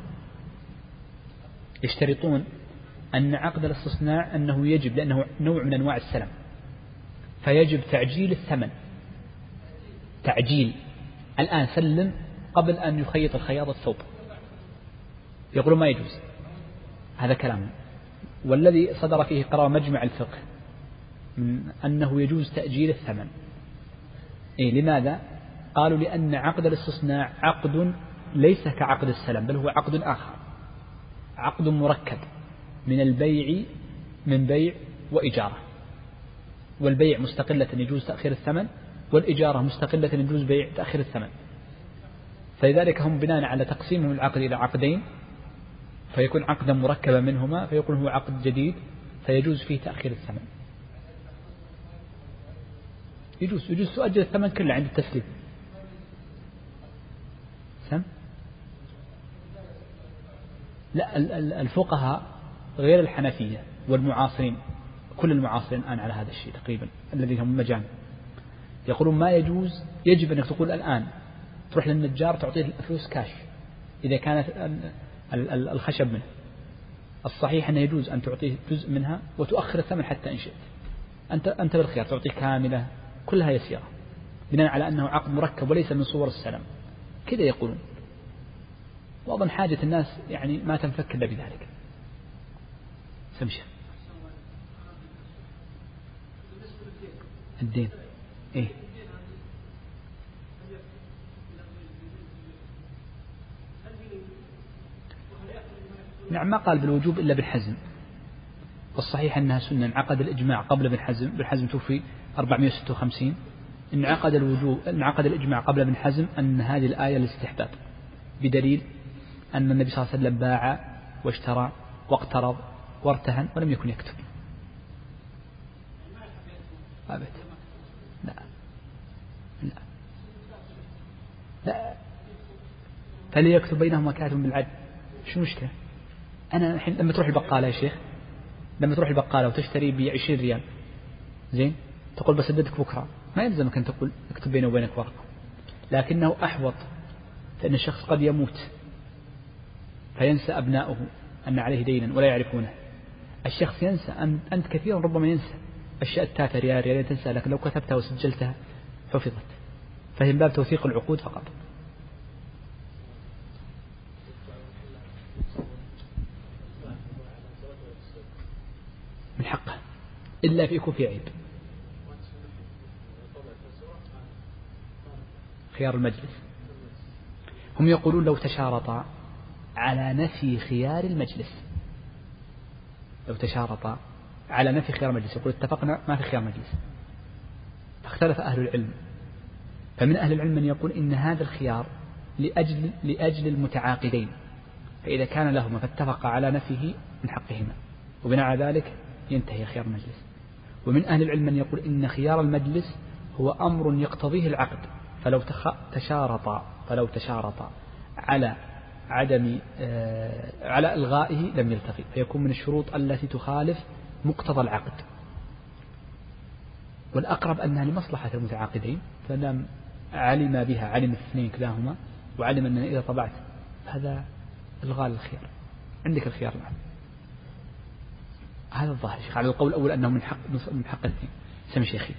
يشترطون أن عقد الاستصناع أنه يجب لأنه نوع من أنواع السلم فيجب تعجيل الثمن. تعجيل الآن سلم قبل أن يخيط الخياط الثوب يقولون ما يجوز. هذا كلام والذي صدر فيه قرار مجمع الفقه من أنه يجوز تأجيل الثمن. إيه لماذا؟ قالوا لأن عقد الاستصناع عقد ليس كعقد السلم بل هو عقد آخر عقد مركب من البيع من بيع وإجارة. والبيع مستقلة يجوز تأخير الثمن والإجارة مستقلة يجوز بيع تأخير الثمن. فلذلك هم بناء على تقسيمهم العقد إلى عقدين فيكون عقدا مركبا منهما فيكون هو عقد جديد فيجوز فيه تأخير الثمن. يجوز يجوز تؤجل الثمن كله عند التسليم. سم لا الفقهاء غير الحنفية والمعاصرين كل المعاصرين الآن على هذا الشيء تقريبا الذين هم مجان يقولون ما يجوز يجب أنك تقول الآن تروح للنجار تعطيه الفلوس كاش إذا كانت الخشب منه. الصحيح أنه يجوز أن تعطيه جزء منها وتؤخر الثمن حتى إن شئت. أنت أنت بالخيار تعطيه كاملة كلها يسيرة بناء على أنه عقد مركب وليس من صور السلم كذا يقولون. وأظن حاجة الناس يعني ما تنفك إلا بذلك. سمشة الدين إيه نعم ما قال بالوجوب إلا بالحزم. والصحيح أنها سنة انعقد الإجماع قبل ابن حزم. ابن حزم توفي أربعمائة وستة وخمسين انعقد الوجوب انعقد الإجماع قبل ابن حزم أن هذه الآية الاستحباب بدليل أن النبي صلى الله عليه وسلم باع واشترى واقترض وارتهن ولم يكن يكتب. أبدا لا لا لا فليكتب بينهما كاتب بالعدل. شو مشكلة؟ أنا الحين لما تروح البقالة يا شيخ لما تروح البقالة وتشتري بعشرين ريال زين تقول بسددك بكرة ما يلزمك أن تقول اكتب بينه وبينك ورقة. لكنه أحوط فإن الشخص قد يموت فينسى أبناؤه أن عليه دينا ولا يعرفونه. الشخص ينسى أنت كثيرا ربما ينسى أشياء التافهة ريال ريال تنسى لكن لو كتبتها وسجلتها حفظت. فهي من باب توثيق العقود فقط. من حقه إلا في يكون في عيب. خيار المجلس هم يقولون لو تشارطا على نفي خيار المجلس لو تشارطا على نفي خيار المجلس يقول اتفقنا ما في خيار مجلس. فاختلف أهل العلم فمن أهل العلم من يقول إن هذا الخيار لأجل, لأجل المتعاقدين فإذا كان لهما فاتفقا على نفيه من حقهما وبناء على ذلك ينتهي خيار المجلس. ومن أهل العلم من يقول إن خيار المجلس هو أمر يقتضيه العقد فلو تشارطا فلو تشارطا على عدم آه على إلغائه لم يلتقي فيكون من الشروط التي تخالف مقتضى العقد. والأقرب أنها لمصلحة المتعاقدين فلم علم بها علم الاثنين كلاهما وعلم أننا إذا طبعت هذا إلغاء الخيار عندك الخيار الآن. هذا الظاهر شيخ على القول الأول أنه من حق من حق الاثنين. سمي شيخي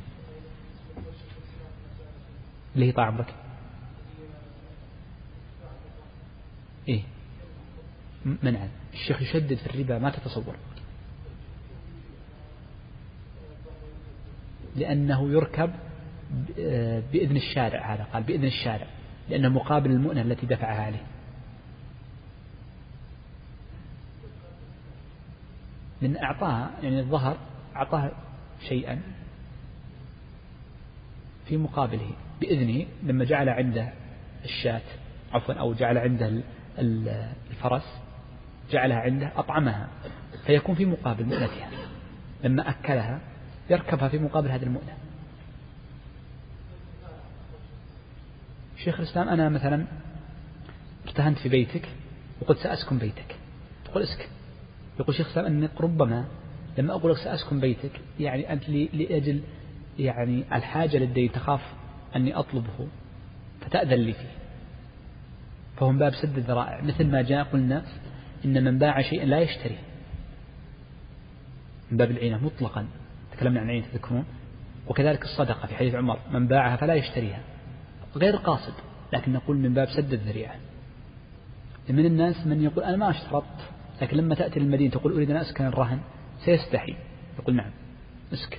اللي هي طال عمرك إيه منعا. الشيخ يشدد في الربا ما تتصور لأنه يركب بإذن الشارع. هذا قال بإذن الشارع لأنه مقابل المؤنة التي دفعها عليه. لأن أعطاها يعني الظهر أعطاها شيئا في مقابله بإذنه لما جعل عنده الشاة عفوا أو جعل عنده الفرس جعلها عنده أطعمها، فيكون في مقابل مؤنتها، لما أكلها يركبها في مقابل هذه المؤنة. شيخ الإسلام أنا مثلا ارتهنت في بيتك وقلت سأسكن بيتك، تقول اسكن. يقول شيخ الإسلام أنك ربما لما أقول لك سأسكن بيتك يعني أنت لأجل يعني الحاجة للدين تخاف أني أطلبه فتأذن لي فيه، فهو من باب سد الذرائع، مثل ما جاء قلنا إن من باع شيئا لا يشتري من باب العينة مطلقا، تكلمنا عن عينة تذكرون، وكذلك الصدقة في حديث عمر من باعها فلا يشتريها، غير قاصد، لكن نقول من باب سد الذريعة. من الناس من يقول أنا ما اشترطت، لكن لما تأتي للمدينة تقول أريد أن أسكن الرهن سيستحي، يقول نعم اسكن.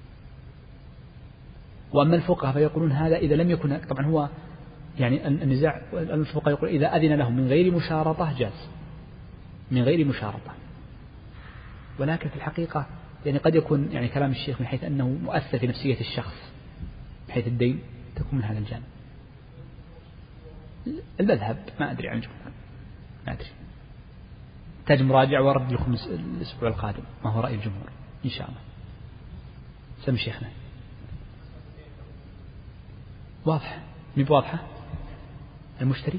وأما الفقهاء فيقولون هذا إذا لم يكن، طبعا هو يعني النزاع، الفقهاء يقول إذا أذن لهم من غير مشارطة جاز، من غير مشارطة. ولكن في الحقيقة يعني قد يكون يعني كلام الشيخ من حيث أنه مؤثر في نفسية الشخص، بحيث الدين تكون من هذا الجانب. المذهب ما أدري عن الجمهور، ما أدري، تاج مراجع وارد لكم الأسبوع القادم ما هو رأي الجمهور إن شاء الله. سم شيخنا واضح مي واضحة. المشتري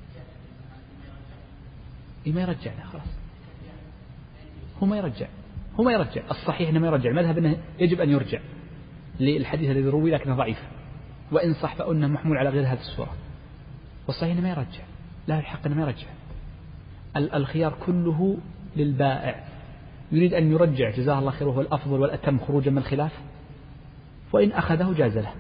إيه ما يرجع خلاص، هو ما يرجع، هو ما يرجع، الصحيح إنه ما يرجع، المذهب إنه يجب أن يرجع للحديث الذي روي لكنه ضعيف، وإن صح فإنه محمول على غير هذه الصورة، والصحيح إنه ما يرجع، لا الحق إنه ما يرجع. الخيار كله للبائع، يريد أن يرجع جزاه الله خير وهو الأفضل والأتم خروجا من الخلاف، وإن أخذه جاز له.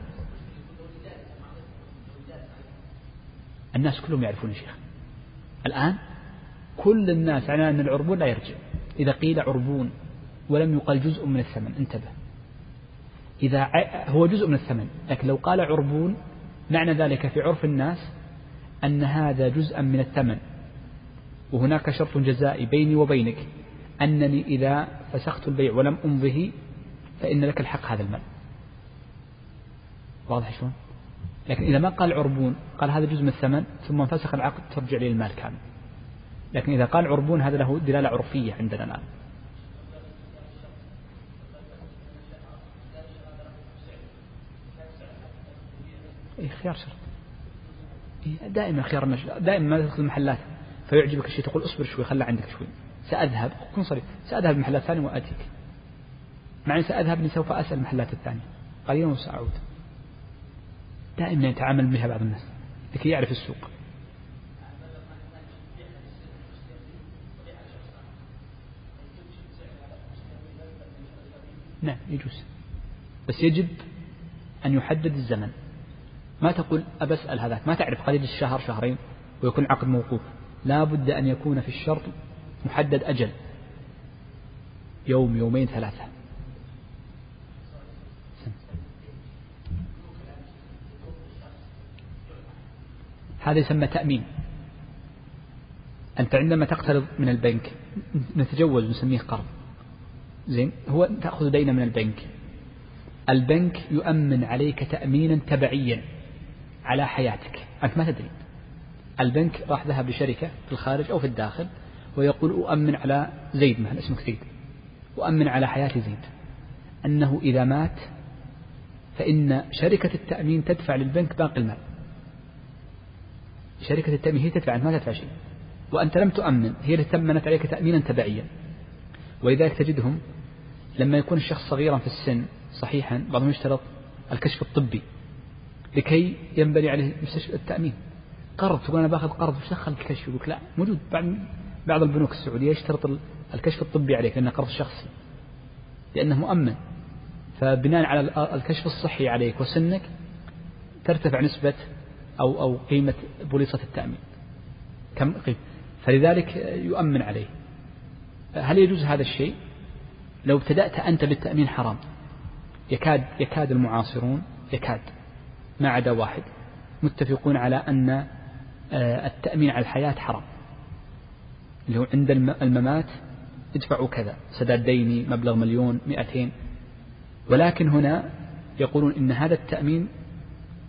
الناس كلهم يعرفون الشيخ الآن، كل الناس على أن العربون لا يرجع. إذا قيل عربون ولم يقال جزء من الثمن انتبه، إذا هو جزء من الثمن، لكن لو قال عربون معنى ذلك في عرف الناس أن هذا جزءا من الثمن، وهناك شرط جزائي بيني وبينك أنني إذا فسخت البيع ولم أمضه فإن لك الحق هذا المال. واضح شلون؟ لكن إذا ما قال عربون قال هذا جزء من الثمن ثم فسخ العقد ترجع لي المال كامل. لكن إذا قال عربون هذا له دلالة عرفية عندنا الآن. إيه خيار شرط، إيه دائما خيار مش... دائما ما تدخل المحلات فيعجبك الشيء تقول أصبر شوي خلى عندك شوي، سأذهب كن صريح سأذهب المحلات الثانية وأتيك، معني سأذهب لي سوف أسأل المحلات الثانية قليلا وسأعود. دائما يتعامل بها بعض الناس لكي يعرف السوق. نعم يجوز، بس يجب أن يحدد الزمن، ما تقول أبسأل هذاك، ما تعرف قليل الشهر شهرين ويكون عقد موقوف، لا بد أن يكون في الشرط محدد أجل، يوم يومين ثلاثة. هذا يسمى تأمين. أنت عندما تقترض من البنك نتجوز نسميه قرض، زين، هو تأخذ دينا من البنك، البنك يؤمن عليك تأمينا تبعيا على حياتك، أنت ما تدري. البنك راح ذهب لشركة في الخارج أو في الداخل ويقول أؤمن على زيد مثلا، اسمك زيد، أؤمن على حياة زيد أنه إذا مات فإن شركة التأمين تدفع للبنك باقي المال. شركة التأمين هي تدفع، أنت ما تدفع شيء، وأنت لم تؤمن، هي اللي تأمنت عليك تأمينا تبعيا. ولذلك تجدهم لما يكون الشخص صغيرا في السن صحيحا بعضهم يشترط الكشف الطبي لكي ينبني عليه مستشفى التأمين. قرض تقول أنا باخذ قرض وش دخل الكشف؟ يقول لا موجود، بعض بعض البنوك السعودية يشترط الكشف الطبي عليك لأنه قرض شخصي لأنه مؤمن، فبناء على الكشف الصحي عليك وسنك ترتفع نسبة أو أو قيمة بوليصة التأمين كم قيمة، فلذلك يؤمن عليه. هل يجوز هذا الشيء؟ لو ابتدأت أنت بالتأمين حرام. يكاد يكاد المعاصرون يكاد ما عدا واحد متفقون على أن التأمين على الحياة حرام، اللي هو عند الممات ادفعوا كذا سداد ديني مبلغ مليون مئتين، ولكن هنا يقولون إن هذا التأمين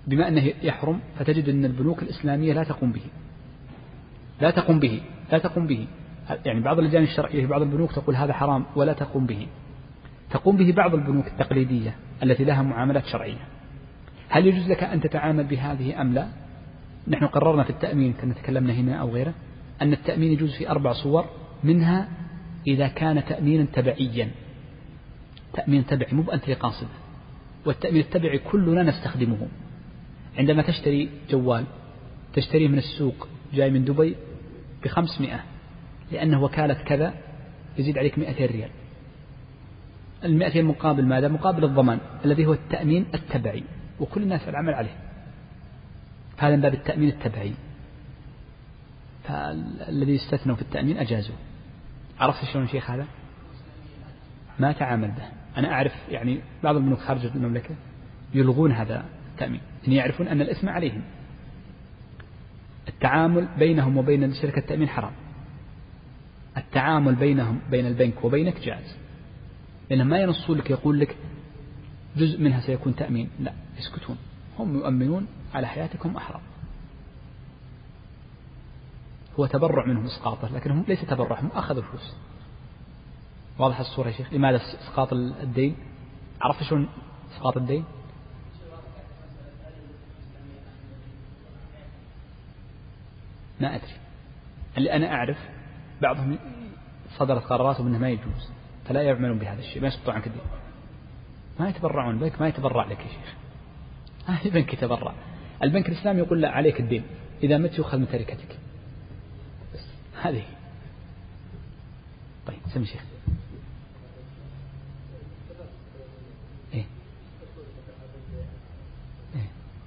بما أنه يحرم فتجد أن البنوك الإسلامية لا تقوم به لا تقوم به لا تقوم به يعني بعض اللجان الشرعية في بعض البنوك تقول هذا حرام ولا تقوم به، تقوم به بعض البنوك التقليدية التي لها معاملات شرعية. هل يجوز لك أن تتعامل بهذه أم لا؟ نحن قررنا في التأمين كما تكلمنا هنا أو غيره أن التأمين يجوز في أربع صور، منها إذا كان تأمينا تبعيا، تأمين تبعي مو بأنت قاصد، والتأمين التبعي كلنا نستخدمه. عندما تشتري جوال تشتريه من السوق جاي من دبي بخمسمائة لأنه وكالة كذا يزيد عليك مئتين ريال، المئتين مقابل ماذا؟ مقابل الضمان الذي هو التأمين التبعي، وكل الناس العمل عليه، هذا من باب التأمين التبعي. فالذي استثنوا في التأمين أجازوا. عرفت شلون شيخ هذا؟ ما تعامل به. أنا أعرف يعني بعض البنوك خارج المملكة يلغون هذا التأمين، إن يعرفون أن الإثم عليهم. التعامل بينهم وبين شركة التأمين حرام، التعامل بينهم بين البنك وبينك جائز، لأنهم ما ينصون لك يقول لك جزء منها سيكون تأمين، لا، يسكتون، هم يؤمنون على حياتكم أحرام. هو تبرع منهم إسقاطه، لكنهم ليس تبرع، هم أخذوا فلوس. واضح الصورة يا شيخ؟ لماذا إسقاط الدين؟ عرفت شلون إسقاط الدين؟ ما أدري. اللي أنا أعرف بعضهم صدرت قراراتهم أنه ما يجوز، فلا يعملون بهذا الشيء، ما يسقطون عنك الدين، ما يتبرعون. البنك ما يتبرع لك يا شيخ، آه البنك يتبرع. البنك الإسلامي يقول لا، عليك الدين، إذا مت يؤخذ من تركتك، بس هذه. طيب سمي شيخ. إيه؟ إيه؟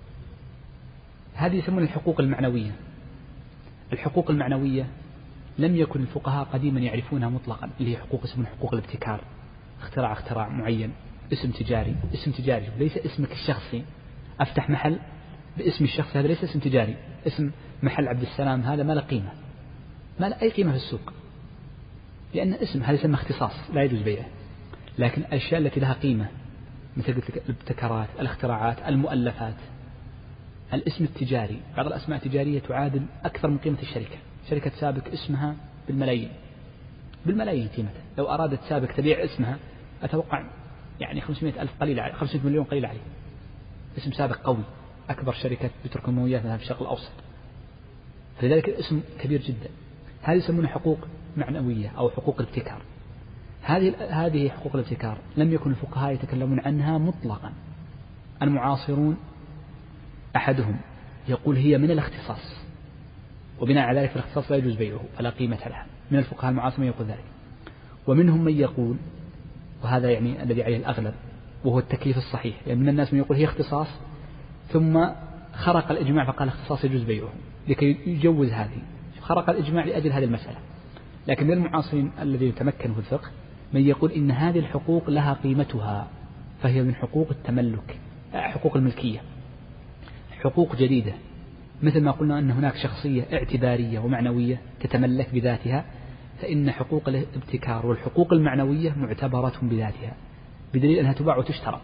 هذه يسمون الحقوق المعنوية. الحقوق المعنوية لم يكن الفقهاء قديما يعرفونها مطلقا، اللي هي حقوق اسمها حقوق الابتكار، اختراع اختراع معين، اسم تجاري، اسم تجاري ليس اسمك الشخصي. أفتح محل باسم الشخص، هذا ليس اسم تجاري. اسم محل عبد السلام هذا ما له قيمة، ما له أي قيمة في السوق، لأن اسم هذا يسمى اختصاص لا يجوز بيعه. لكن الأشياء التي لها قيمة مثل قلت لك الابتكارات، الاختراعات، المؤلفات، الاسم التجاري، بعض الأسماء التجارية تعادل أكثر من قيمة الشركة. شركة سابق اسمها بالملايين، بالملايين قيمتها. لو أرادت سابق تبيع اسمها أتوقع يعني خمسمائة ألف قليل عليه، خمسمائة مليون قليل عليه. اسم سابق قوي، أكبر شركة بتروكيماويات مثلا في الشرق الأوسط، فلذلك الاسم كبير جدا. هذه يسمونها حقوق معنوية أو حقوق الابتكار. هذه هذه حقوق الابتكار لم يكن الفقهاء يتكلمون عنها مطلقا. المعاصرون أحدهم يقول هي من الاختصاص، وبناء على ذلك الاختصاص لا يجوز بيعه فلا قيمة لها. من الفقهاء المعاصرين يقول ذلك، ومنهم من يقول، وهذا يعني الذي عليه الأغلب وهو التكليف الصحيح، يعني من الناس من يقول هي اختصاص ثم خرق الإجماع فقال اختصاص يجوز بيعه لكي يجوز هذه، خرق الإجماع لأجل هذه المسألة. لكن من المعاصرين الذين يتمكنوا في الفقه من يقول إن هذه الحقوق لها قيمتها، فهي من حقوق التملك، حقوق الملكية، حقوق جديدة. مثل ما قلنا أن هناك شخصية اعتبارية ومعنوية تتملك بذاتها، فإن حقوق الابتكار والحقوق المعنوية معتبرة بذاتها، بدليل أنها تباع وتشترى.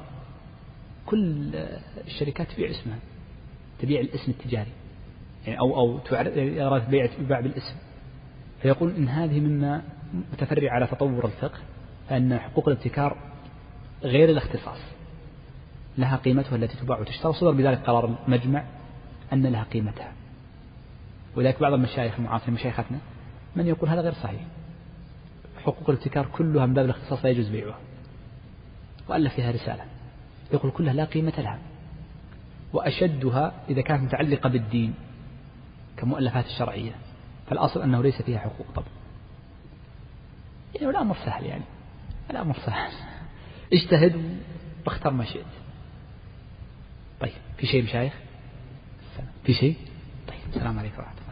كل الشركات تبيع اسمها، تبيع الاسم التجاري يعني أو أو تعرف بيع يباع بالاسم. فيقول إن هذه مما متفرع على تطور الفقه، فإن حقوق الابتكار غير الاختصاص لها قيمتها التي تباع وتشترى، صدر بذلك قرار المجمع أن لها قيمتها. ولذلك بعض المشايخ المعاصرين مشايختنا من يقول هذا غير صحيح، حقوق الابتكار كلها من باب الاختصاص لا يجوز بيعها، وألف فيها رسالة يقول كلها لا قيمة لها، وأشدها إذا كانت متعلقة بالدين كمؤلفات الشرعية، فالأصل أنه ليس فيها حقوق طبعا. يعني الأمر سهل، يعني الأمر سهل، اجتهد واختر ما شئت. طيب في شيء مشايخ؟ في شيء؟ طيب السلام عليكم ورحمة الله.